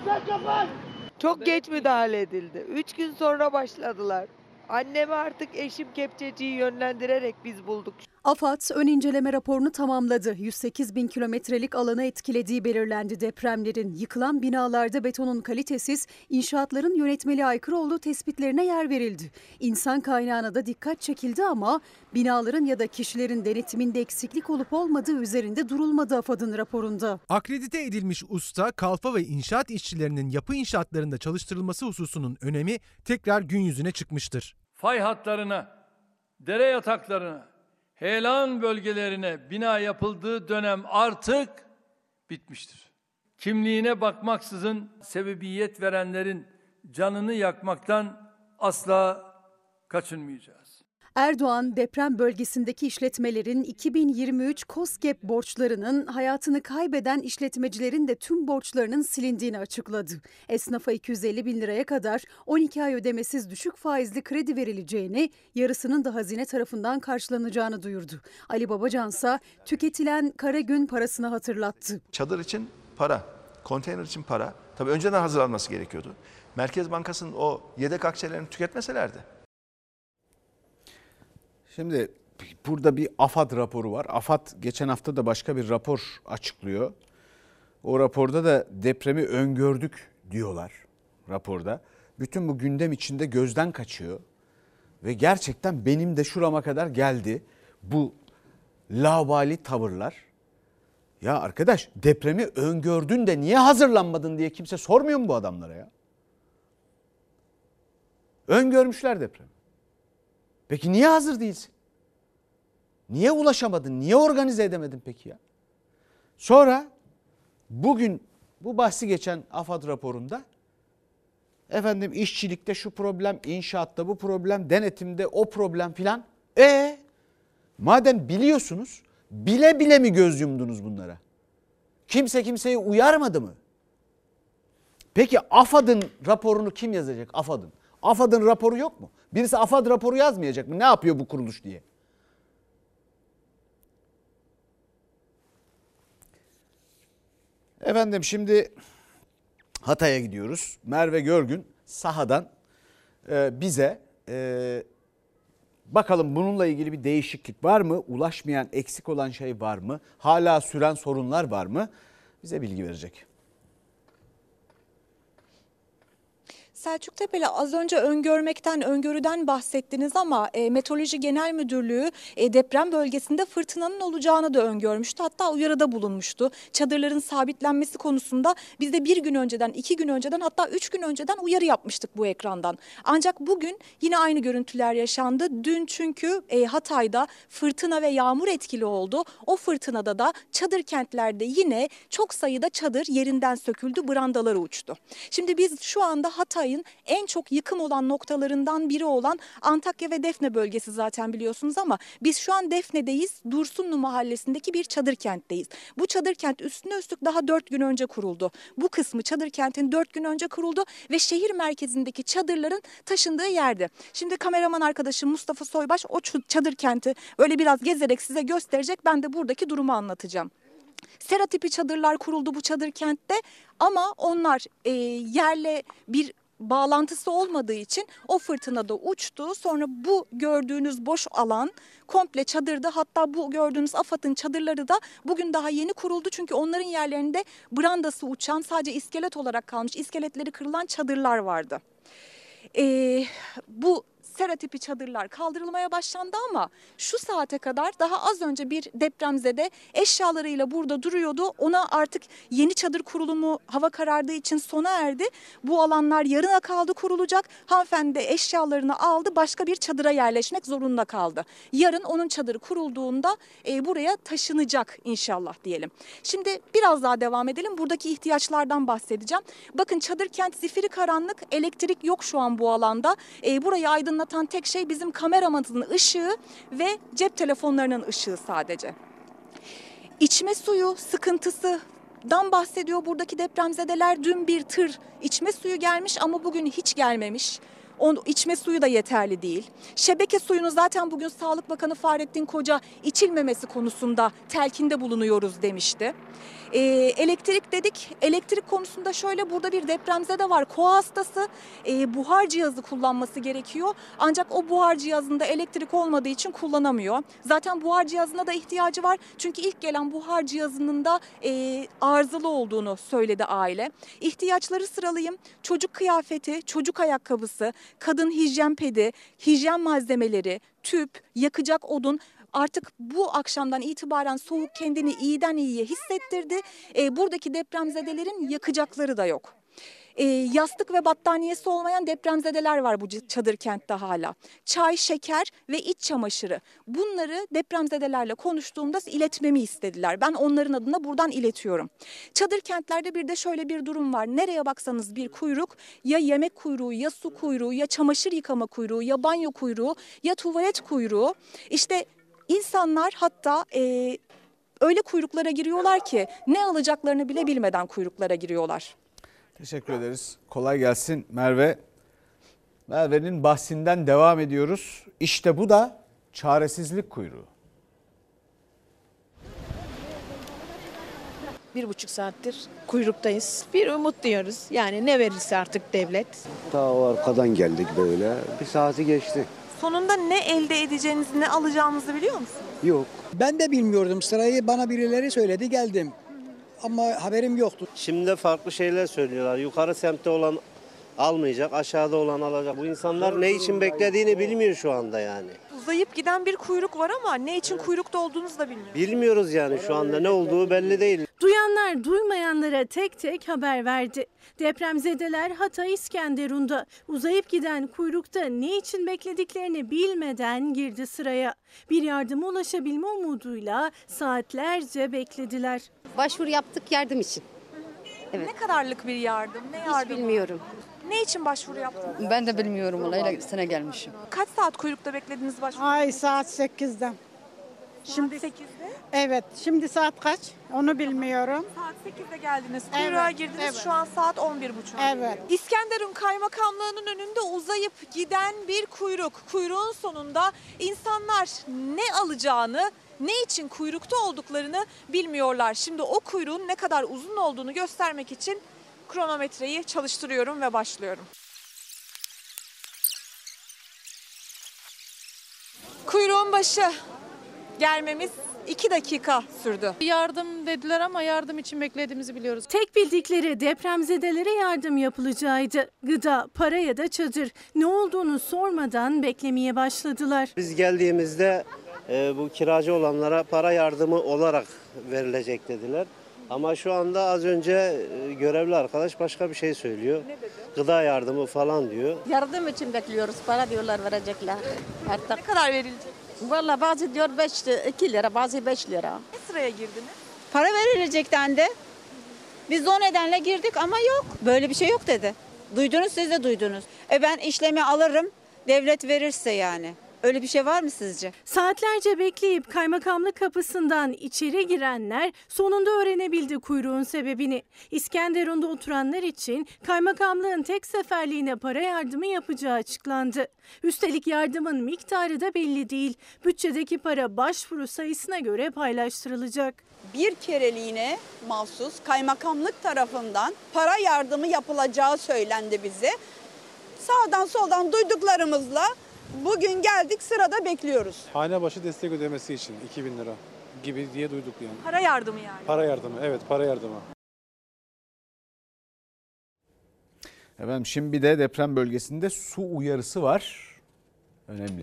Çok geç müdahale edildi. Üç gün sonra başladılar. Annemi artık eşim kepçeciyi yönlendirerek biz bulduk. AFAD ön inceleme raporunu tamamladı. yüz sekiz bin kilometrelik alanı etkilediği belirlendi depremlerin. Yıkılan binalarda betonun kalitesiz, inşaatların yönetmeliğe aykırı olduğu tespitlerine yer verildi. İnsan kaynağına da dikkat çekildi ama binaların ya da kişilerin denetiminde eksiklik olup olmadığı üzerinde durulmadı AFAD'ın raporunda. Akredite edilmiş usta, kalfa ve inşaat işçilerinin yapı inşaatlarında çalıştırılması hususunun önemi tekrar gün yüzüne çıkmıştır. Fay hatlarına, dere yataklarına, heyelan bölgelerine bina yapıldığı dönem artık bitmiştir. Kimliğine bakmaksızın sebebiyet verenlerin canını yakmaktan asla kaçınmayacağız. Erdoğan deprem bölgesindeki işletmelerin iki bin yirmi üç KOSGEB borçlarının, hayatını kaybeden işletmecilerin de tüm borçlarının silindiğini açıkladı. Esnafa iki yüz elli bin liraya kadar on iki ay ödemesiz düşük faizli kredi verileceğini, yarısının da hazine tarafından karşılanacağını duyurdu. Ali Babacan ise tüketilen kara gün parasını hatırlattı. Çadır için para, konteyner için para. Tabii önceden hazırlanması gerekiyordu. Merkez Bankası'nın o yedek akçelerini tüketmeselerdi. Şimdi burada bir AFAD raporu var. AFAD geçen hafta da başka bir rapor açıklıyor. O raporda da depremi öngördük diyorlar raporda. Bütün bu gündem içinde gözden kaçıyor. Ve gerçekten benim de şurama kadar geldi bu laubali tavırlar. Ya arkadaş, depremi öngördün de niye hazırlanmadın diye kimse sormuyor mu bu adamlara ya? Öngörmüşler depremi. Peki niye hazır değilsin? Niye ulaşamadın? Niye organize edemedin peki ya? Sonra bugün bu bahsi geçen AFAD raporunda efendim işçilikte şu problem, inşaatta bu problem, denetimde o problem filan. E madem biliyorsunuz, bile bile mi göz yumdunuz bunlara? Kimse kimseyi uyarmadı mı? Peki AFAD'ın raporunu kim yazacak? AFAD'ın. AFAD'ın raporu yok mu? Birisi AFAD raporu yazmayacak mı? Ne yapıyor bu kuruluş diye. Efendim şimdi Hatay'a gidiyoruz. Merve Görgün sahadan e, bize e, Bakalım bununla ilgili bir değişiklik var mı? Ulaşmayan, eksik olan şey var mı? Hala süren sorunlar var mı? Bize bilgi verecek. Selçuk Tepeli, az önce öngörmekten, öngörüden bahsettiniz ama e, Meteoroloji Genel Müdürlüğü e, deprem bölgesinde fırtınanın olacağını da öngörmüştü. Hatta uyarıda bulunmuştu. Çadırların sabitlenmesi konusunda biz de bir gün önceden, iki gün önceden, hatta üç gün önceden uyarı yapmıştık bu ekrandan. Ancak bugün yine aynı görüntüler yaşandı. Dün çünkü e, Hatay'da fırtına ve yağmur etkili oldu. O fırtınada da çadır kentlerde yine çok sayıda çadır yerinden söküldü, brandaları uçtu. Şimdi biz şu anda Hatay en çok yıkım olan noktalarından biri olan Antakya ve Defne bölgesi zaten biliyorsunuz ama biz şu an Defne'deyiz. Dursunlu mahallesindeki bir çadır kentteyiz. Bu çadır kent üstüne üstlük daha dört gün önce kuruldu. Bu kısmı çadır kentin dört gün önce kuruldu ve şehir merkezindeki çadırların taşındığı yerde. Şimdi kameraman arkadaşım Mustafa Soybaş o çadır kenti öyle biraz gezerek size gösterecek. Ben de buradaki durumu anlatacağım. Sera tipi çadırlar kuruldu bu çadır kentte ama onlar e, yerle bir bağlantısı olmadığı için o fırtınada uçtu. Sonra bu gördüğünüz boş alan komple çadırda, hatta bu gördüğünüz AFAD'ın çadırları da bugün daha yeni kuruldu. Çünkü onların yerlerinde brandası uçan, sadece iskelet olarak kalmış, iskeletleri kırılan çadırlar vardı. Ee, bu sera tipi çadırlar kaldırılmaya başlandı ama şu saate kadar daha az önce bir depremzede eşyalarıyla burada duruyordu. Ona artık yeni çadır kurulumu hava karardığı için sona erdi. Bu alanlar yarına kaldı kurulacak. Hanımefendi de eşyalarını aldı, başka bir çadıra yerleşmek zorunda kaldı. Yarın onun çadırı kurulduğunda e, buraya taşınacak inşallah diyelim. Şimdi biraz daha devam edelim. Buradaki ihtiyaçlardan bahsedeceğim. Bakın çadır kent zifiri karanlık, elektrik yok şu an bu alanda. E, burayı aydınlatan tek şey bizim kameramızın ışığı ve cep telefonlarının ışığı sadece. İçme suyu sıkıntısından bahsediyor buradaki depremzedeler. Dün bir tır içme suyu gelmiş ama bugün hiç gelmemiş. Onun içme suyu da yeterli değil. Şebeke suyunu zaten bugün Sağlık Bakanı Fahrettin Koca içilmemesi konusunda telkinde bulunuyoruz demişti. Ee, elektrik dedik. Elektrik konusunda şöyle, burada bir depremzede var. Koa hastası, e, buhar cihazı kullanması gerekiyor. Ancak o buhar cihazında elektrik olmadığı için kullanamıyor. Zaten buhar cihazına da ihtiyacı var. Çünkü ilk gelen buhar cihazının da e, arızalı olduğunu söyledi aile. İhtiyaçları sıralayayım. Çocuk kıyafeti, çocuk ayakkabısı, kadın hijyen pedi, hijyen malzemeleri, tüp, yakacak odun. Artık bu akşamdan itibaren soğuk kendini iyiden iyiye hissettirdi. E, buradaki depremzedelerin yakacakları da yok. E, yastık ve battaniyesi olmayan depremzedeler var bu çadır kentte hala. Çay, şeker ve iç çamaşırı. Bunları depremzedelerle konuştuğumda iletmemi istediler. Ben onların adına buradan iletiyorum. Çadır kentlerde bir de şöyle bir durum var. Nereye baksanız bir kuyruk, ya yemek kuyruğu, ya su kuyruğu, ya çamaşır yıkama kuyruğu, ya banyo kuyruğu, ya tuvalet kuyruğu. İşte İnsanlar hatta e, öyle kuyruklara giriyorlar ki ne alacaklarını bile bilmeden kuyruklara giriyorlar. Teşekkür ederiz. Kolay gelsin Merve. Merve'nin bahsinden devam ediyoruz. İşte bu da çaresizlik kuyruğu. Bir buçuk saattir kuyruktayız. Bir umut diyoruz. Yani ne verirse artık devlet. Ta o arkadan geldik böyle. Bir saati geçti. Sonunda ne elde edeceğinizi, ne alacağınızı biliyor musunuz? Yok. Ben de bilmiyordum sırayı. Bana birileri söyledi, geldim. Ama haberim yoktu. Şimdi farklı şeyler söylüyorlar. Yukarı semtte olan almayacak, aşağıda olan alacak. Bu insanlar ne için beklediğini bilmiyor şu anda yani. Uzayıp giden bir kuyruk var ama ne için kuyrukta olduğunuzu da bilmiyoruz. Bilmiyoruz yani şu anda ne olduğu belli değil. Duyanlar duymayanlara tek tek haber verdi. Depremzedeler Hatay İskenderun'da uzayıp giden kuyrukta ne için beklediklerini bilmeden girdi sıraya. Bir yardıma ulaşabilme umuduyla saatlerce beklediler. Başvuru yaptık yardım için. Evet. Ne kadarlık bir yardım? Ne yardım? Hiç bilmiyorum. Ne için başvuru yaptınız? Ben de bilmiyorum. Olayla sene gelmişim. Kaç saat kuyrukta beklediniz başvuru? Ay saat sekizde. Şimdi sekizde? Evet. Şimdi saat kaç? Onu bilmiyorum. Saat sekizde geldiniz. Kuyruğa Evet, girdiniz. evet. Şu an saat on bir buçuk. Evet. İskenderun Kaymakamlığı'nın önünde uzayıp giden bir kuyruk. Kuyruğun sonunda insanlar ne alacağını, ne için kuyrukta olduklarını bilmiyorlar. Şimdi o kuyruğun ne kadar uzun olduğunu göstermek için kronometreyi çalıştırıyorum ve başlıyorum. Kuyruğun başı gelmemiz iki dakika sürdü. Yardım dediler ama yardım için beklediğimizi biliyoruz. Tek bildikleri depremzedelere yardım yapılacağıydı. Gıda, para ya da çadır. Ne olduğunu sormadan beklemeye başladılar. Biz geldiğimizde e, bu kiracı olanlara para yardımı olarak verilecek dediler. Ama şu anda az önce e, görevli arkadaş başka bir şey söylüyor. Gıda yardımı falan diyor. Yardım için bekliyoruz. Para diyorlar verecekler. Artık. Ne kadar verilecek? Valla bazı diyor beş, iki lira, bazı beş lira. Ne sıraya girdiniz? Para verilecek dendi. Biz de o nedenle girdik ama yok. Böyle bir şey yok dedi. Duydunuz, siz de duydunuz. E ben işlemi alırım, devlet verirse yani. Öyle bir şey var mı sizce? Saatlerce bekleyip kaymakamlık kapısından içeri girenler sonunda öğrenebildi kuyruğun sebebini. İskenderun'da oturanlar için kaymakamlığın tek seferliğine para yardımı yapacağı açıklandı. Üstelik yardımın miktarı da belli değil. Bütçedeki para başvuru sayısına göre paylaştırılacak. Bir kereliğine mahsus kaymakamlık tarafından para yardımı yapılacağı söylendi bize. Sağdan soldan duyduklarımızla bugün geldik, sırada bekliyoruz. Hane başı destek ödemesi için iki bin lira gibi diye duyduk yani. Para yardımı yani. Para yardımı, evet para yardımı. Efendim şimdi bir de deprem bölgesinde su uyarısı var. Önemli.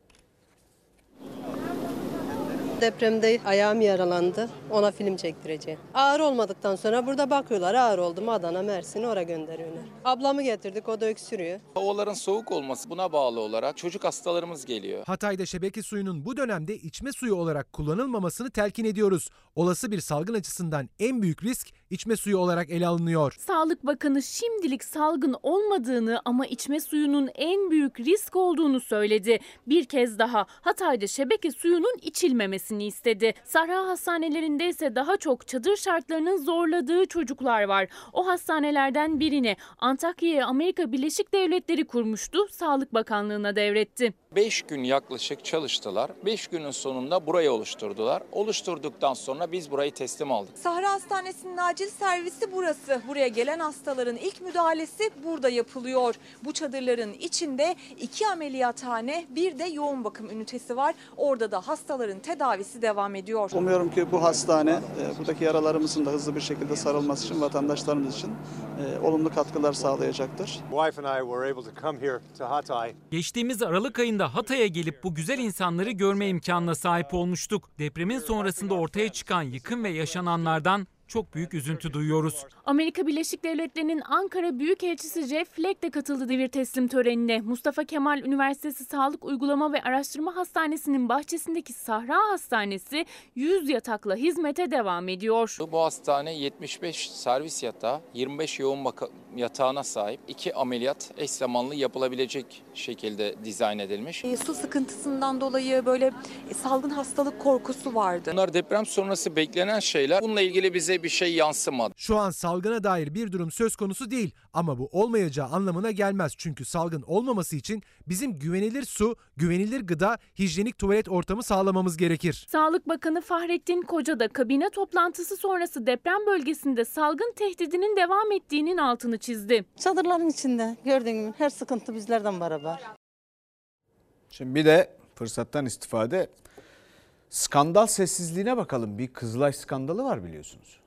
Depremde ayağım yaralandı. Ona film çektireceğim. Ağır olmadıktan sonra burada bakıyorlar. Ağır oldu mu Adana, Mersin oraya gönderiyorlar. Ablamı getirdik, o da öksürüyor. Havaların soğuk olması, buna bağlı olarak çocuk hastalarımız geliyor. Hatay'da şebeke suyunun bu dönemde içme suyu olarak kullanılmamasını telkin ediyoruz. Olası bir salgın açısından en büyük risk içme suyu olarak ele alınıyor. Sağlık Bakanı şimdilik salgın olmadığını ama içme suyunun en büyük risk olduğunu söyledi. Bir kez daha Hatay'da şebeke suyunun içilmemesini istedi. Sahra hastanelerinde ise daha çok çadır şartlarının zorladığı çocuklar var. O hastanelerden birini Antakya'ya Amerika Birleşik Devletleri kurmuştu, Sağlık Bakanlığı'na devretti. beş gün yaklaşık çalıştılar. beş günün sonunda burayı oluşturdular. Oluşturduktan sonra biz burayı teslim aldık. Sahra Hastanesi'nin acil servisi burası. Buraya gelen hastaların ilk müdahalesi burada yapılıyor. Bu çadırların içinde iki ameliyathane, bir de yoğun bakım ünitesi var. Orada da hastaların tedavisi devam ediyor. Umuyorum ki bu hastane buradaki yaralarımızın da hızlı bir şekilde sarılması için vatandaşlarımız için e, olumlu katkılar sağlayacaktır. Geçtiğimiz Aralık ayında Hatay'a gelip bu güzel insanları görme imkanına sahip olmuştuk. Depremin sonrasında ortaya çıkan yıkım ve yaşananlardan çok büyük üzüntü duyuyoruz. Amerika Birleşik Devletleri'nin Ankara Büyükelçisi Jeff Flake de katıldı devir teslim törenine. Mustafa Kemal Üniversitesi Sağlık Uygulama ve Araştırma Hastanesi'nin bahçesindeki Sahra Hastanesi yüz yatakla hizmete devam ediyor. Bu hastane yetmiş beş servis yatağı, yirmi beş yoğun bakım yatağına sahip, iki ameliyat eş zamanlı yapılabilecek şekilde dizayn edilmiş. E, su sıkıntısından dolayı böyle e, salgın hastalık korkusu vardı. Bunlar deprem sonrası beklenen şeyler. Bununla ilgili bize bir şey yansımadı. Şu an salgına dair bir durum söz konusu değil ama bu olmayacağı anlamına gelmez. Çünkü salgın olmaması için bizim güvenilir su, güvenilir gıda, hijyenik tuvalet ortamı sağlamamız gerekir. Sağlık Bakanı Fahrettin Koca da kabine toplantısı sonrası deprem bölgesinde salgın tehdidinin devam ettiğinin altını çizdi. Çadırların içinde gördüğün gibi her sıkıntı bizlerden beraber. Şimdi bir de fırsattan istifade skandal sessizliğine bakalım. Bir Kızılay skandalı var biliyorsunuz.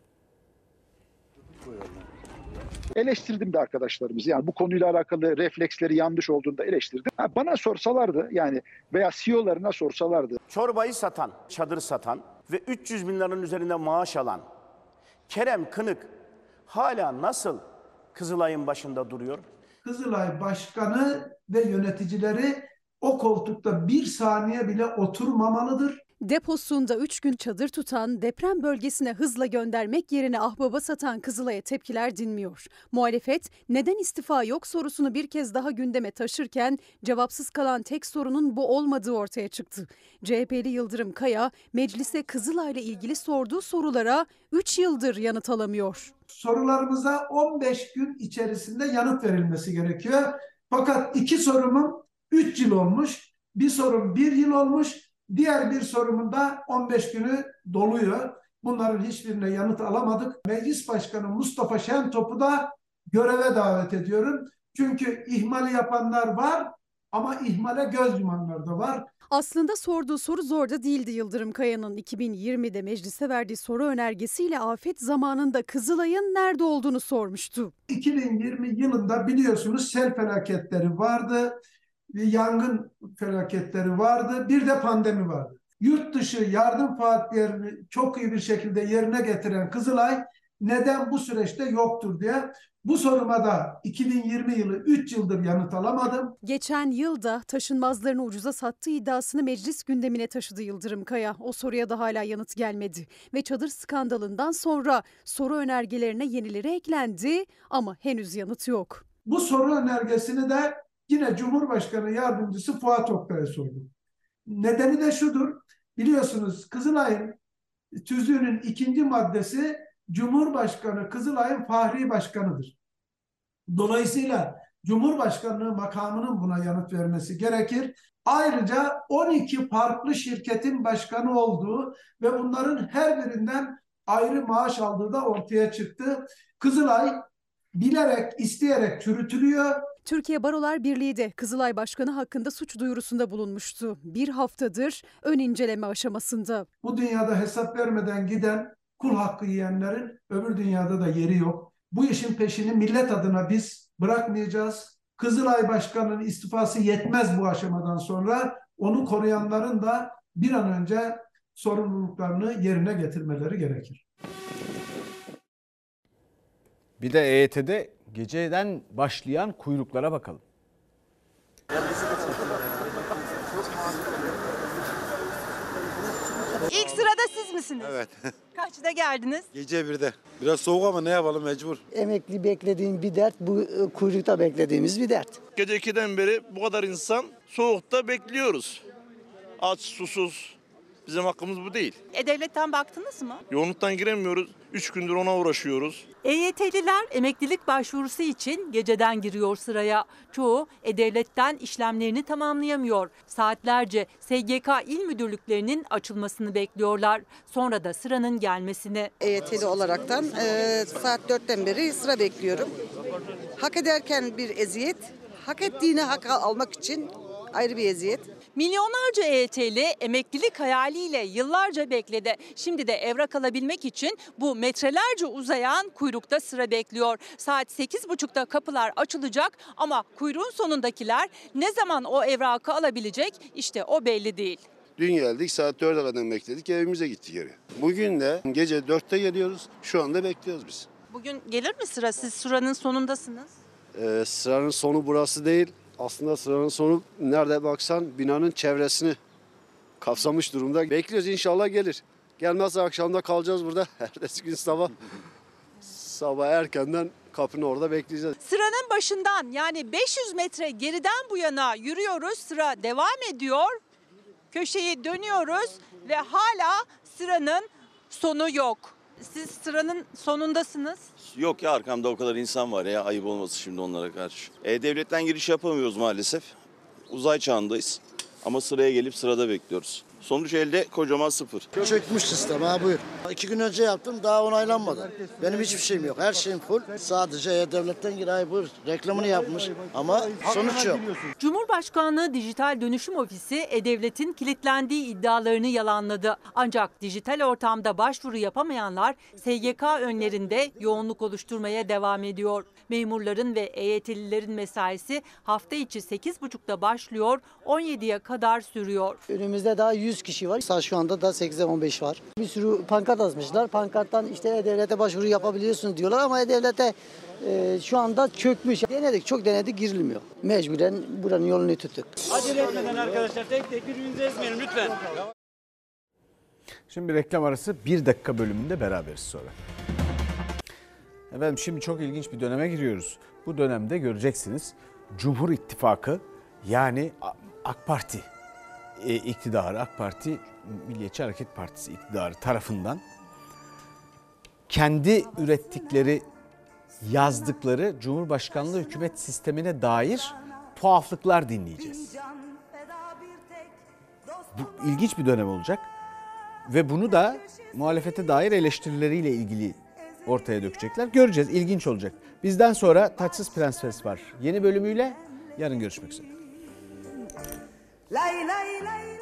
Eleştirdim de arkadaşlarımız. Yani bu konuyla alakalı refleksleri yanlış olduğunda eleştirdim. Ha, bana sorsalardı yani veya C E O'larına sorsalardı. Çorbayı satan, çadır satan ve üç yüz bin liranın üzerinde maaş alan Kerem Kınık hala nasıl Kızılay'ın başında duruyor? Kızılay Başkanı ve yöneticileri o koltukta bir saniye bile oturmamalıdır. Deposunda üç gün çadır tutan, deprem bölgesine hızla göndermek yerine ahbaba satan Kızılay'a tepkiler dinmiyor. Muhalefet neden istifa yok sorusunu bir kez daha gündeme taşırken cevapsız kalan tek sorunun bu olmadığı ortaya çıktı. C H P'li Yıldırım Kaya meclise Kızılay'la ilgili sorduğu sorulara üç yıldır yanıt alamıyor. Sorularımıza on beş gün içerisinde yanıt verilmesi gerekiyor. Fakat iki sorumun üç yıl olmuş, bir sorum bir yıl olmuş. Diğer bir sorumun da on beş günü doluyor. Bunların hiçbirine yanıt alamadık. Meclis Başkanı Mustafa Şentop'u da göreve davet ediyorum. Çünkü ihmali yapanlar var ama ihmale göz yumanlar da var. Aslında sorduğu soru zor da değildi Yıldırım Kaya'nın. iki bin yirmide meclise verdiği soru önergesiyle afet zamanında Kızılay'ın nerede olduğunu sormuştu. iki bin yirmi yılında biliyorsunuz sel felaketleri vardı, yangın felaketleri vardı, bir de pandemi vardı. Yurt dışı yardım faaliyetlerini çok iyi bir şekilde yerine getiren Kızılay neden bu süreçte yoktur diye bu soruma da iki bin yirmi yılı üç yıldır yanıt alamadım. Geçen yılda taşınmazlarını ucuza sattığı iddiasını meclis gündemine taşıdı Yıldırım Kaya. O soruya da hala yanıt gelmedi. Ve çadır skandalından sonra soru önergelerine yenileri eklendi ama henüz yanıt yok. Bu soru önergesini de yine Cumhurbaşkanı Yardımcısı Fuat Oktay'a sordum. Nedeni de şudur, biliyorsunuz Kızılay'ın tüzüğünün ikinci maddesi Cumhurbaşkanı Kızılay'ın fahri başkanıdır. Dolayısıyla Cumhurbaşkanlığı makamının buna yanıt vermesi gerekir. Ayrıca on iki farklı şirketin başkanı olduğu ve bunların her birinden ayrı maaş aldığı da ortaya çıktı. Kızılay bilerek, isteyerek çürütülüyor. Türkiye Barolar Birliği de Kızılay Başkanı hakkında suç duyurusunda bulunmuştu. Bir haftadır ön inceleme aşamasında. Bu dünyada hesap vermeden giden kul hakkı yiyenlerin öbür dünyada da yeri yok. Bu işin peşini millet adına biz bırakmayacağız. Kızılay Başkanı'nın istifası yetmez bu aşamadan sonra. Onu koruyanların da bir an önce sorumluluklarını yerine getirmeleri gerekir. Bir de E Y T'de geceden başlayan kuyruklara bakalım. İlk sırada siz misiniz? Evet. Kaçta geldiniz? Gece birde. Biraz soğuk ama ne yapalım, mecbur. Emekli beklediğim bir dert, bu kuyrukta beklediğimiz bir dert. Gece ikiden beri bu kadar insan soğukta bekliyoruz. Aç, susuz. Bizim hakkımız bu değil. E-Devlet'ten baktınız mı? Yoğunluktan giremiyoruz. Üç gündür ona uğraşıyoruz. E Y T'liler emeklilik başvurusu için geceden giriyor sıraya. Çoğu E-Devlet'ten işlemlerini tamamlayamıyor. Saatlerce S G K il müdürlüklerinin açılmasını bekliyorlar. Sonra da sıranın gelmesini. E Y T'li olaraktan e, saat dörtten beri sıra bekliyorum. Hak ederken bir eziyet, hak ettiğini hak almak için ayrı bir eziyet. Milyonlarca E Y T'li emeklilik hayaliyle yıllarca bekledi. Şimdi de evrak alabilmek için bu metrelerce uzayan kuyrukta sıra bekliyor. Saat sekiz buçukta kapılar açılacak ama kuyruğun sonundakiler ne zaman o evrakı alabilecek işte o belli değil. Dün geldik, saat dörde kadar bekledik, evimize gittik geri. Bugün de gece dörtte geliyoruz, şu anda bekliyoruz biz. Bugün gelir mi sıra? Siz sıranın sonundasınız. Ee, sıranın sonu burası değil. Aslında sıranın sonu nerede baksan binanın çevresini kapsamış durumda. Bekliyoruz, inşallah gelir. Gelmezse akşamda kalacağız burada. Ertesi gün sabah sabah erkenden kapının orada bekleyeceğiz. Sıranın başından yani beş yüz metre geriden bu yana yürüyoruz. Sıra devam ediyor. Köşeyi dönüyoruz ve hala sıranın sonu yok. Siz sıranın sonundasınız. Yok ya, arkamda o kadar insan var ya, ayıp olması şimdi onlara karşı. E-Devlet'ten giriş yapamıyoruz maalesef. Uzay çağındayız ama sıraya gelip sırada bekliyoruz. Sonuç elde kocaman sıfır. Çökmüş sistem ha, buyur. İki gün önce yaptım, daha onaylanmadı. Benim hiçbir şeyim yok, her şeyim full. Sadece E-Devlet'ten gir, ay buyur. Reklamını yapmış ama sonuç yok. Cumhurbaşkanlığı Dijital Dönüşüm Ofisi E-Devlet'in kilitlendiği iddialarını yalanladı. Ancak dijital ortamda başvuru yapamayanlar S G K önlerinde yoğunluk oluşturmaya devam ediyor. Memurların ve E Y T'lilerin mesaisi hafta içi sekiz buçukta başlıyor, on yediye kadar sürüyor. Önümüzde daha yüz kişi var. Saat şu anda da sekize on beş var. Bir sürü pankart asmışlar. Pankarttan işte E-Devlet'e başvuru yapabiliyorsunuz diyorlar ama E-Devlet'e e, şu anda çökmüş. Denedik, çok denedik, girilmiyor. Mecburen buranın yolunu tuttuk. Acele etmeden arkadaşlar, tek tek birbirimizi ezmeyelim lütfen. Şimdi bir reklam arası, bir dakika bölümünde beraberiz sonra. Efendim şimdi çok ilginç bir döneme giriyoruz. Bu dönemde göreceksiniz Cumhur İttifakı yani AK Parti e, iktidarı, AK Parti Milliyetçi Hareket Partisi iktidarı tarafından kendi ürettikleri, yazdıkları Cumhurbaşkanlığı hükümet sistemine dair tuhaflıklar dinleyeceğiz. Bu ilginç bir dönem olacak ve bunu da muhalefete dair eleştirileriyle ilgili ortaya dökecekler. Göreceğiz, ilginç olacak. Bizden sonra Taçsız Prenses var. Yeni bölümüyle yarın görüşmek üzere. Lay lay lay.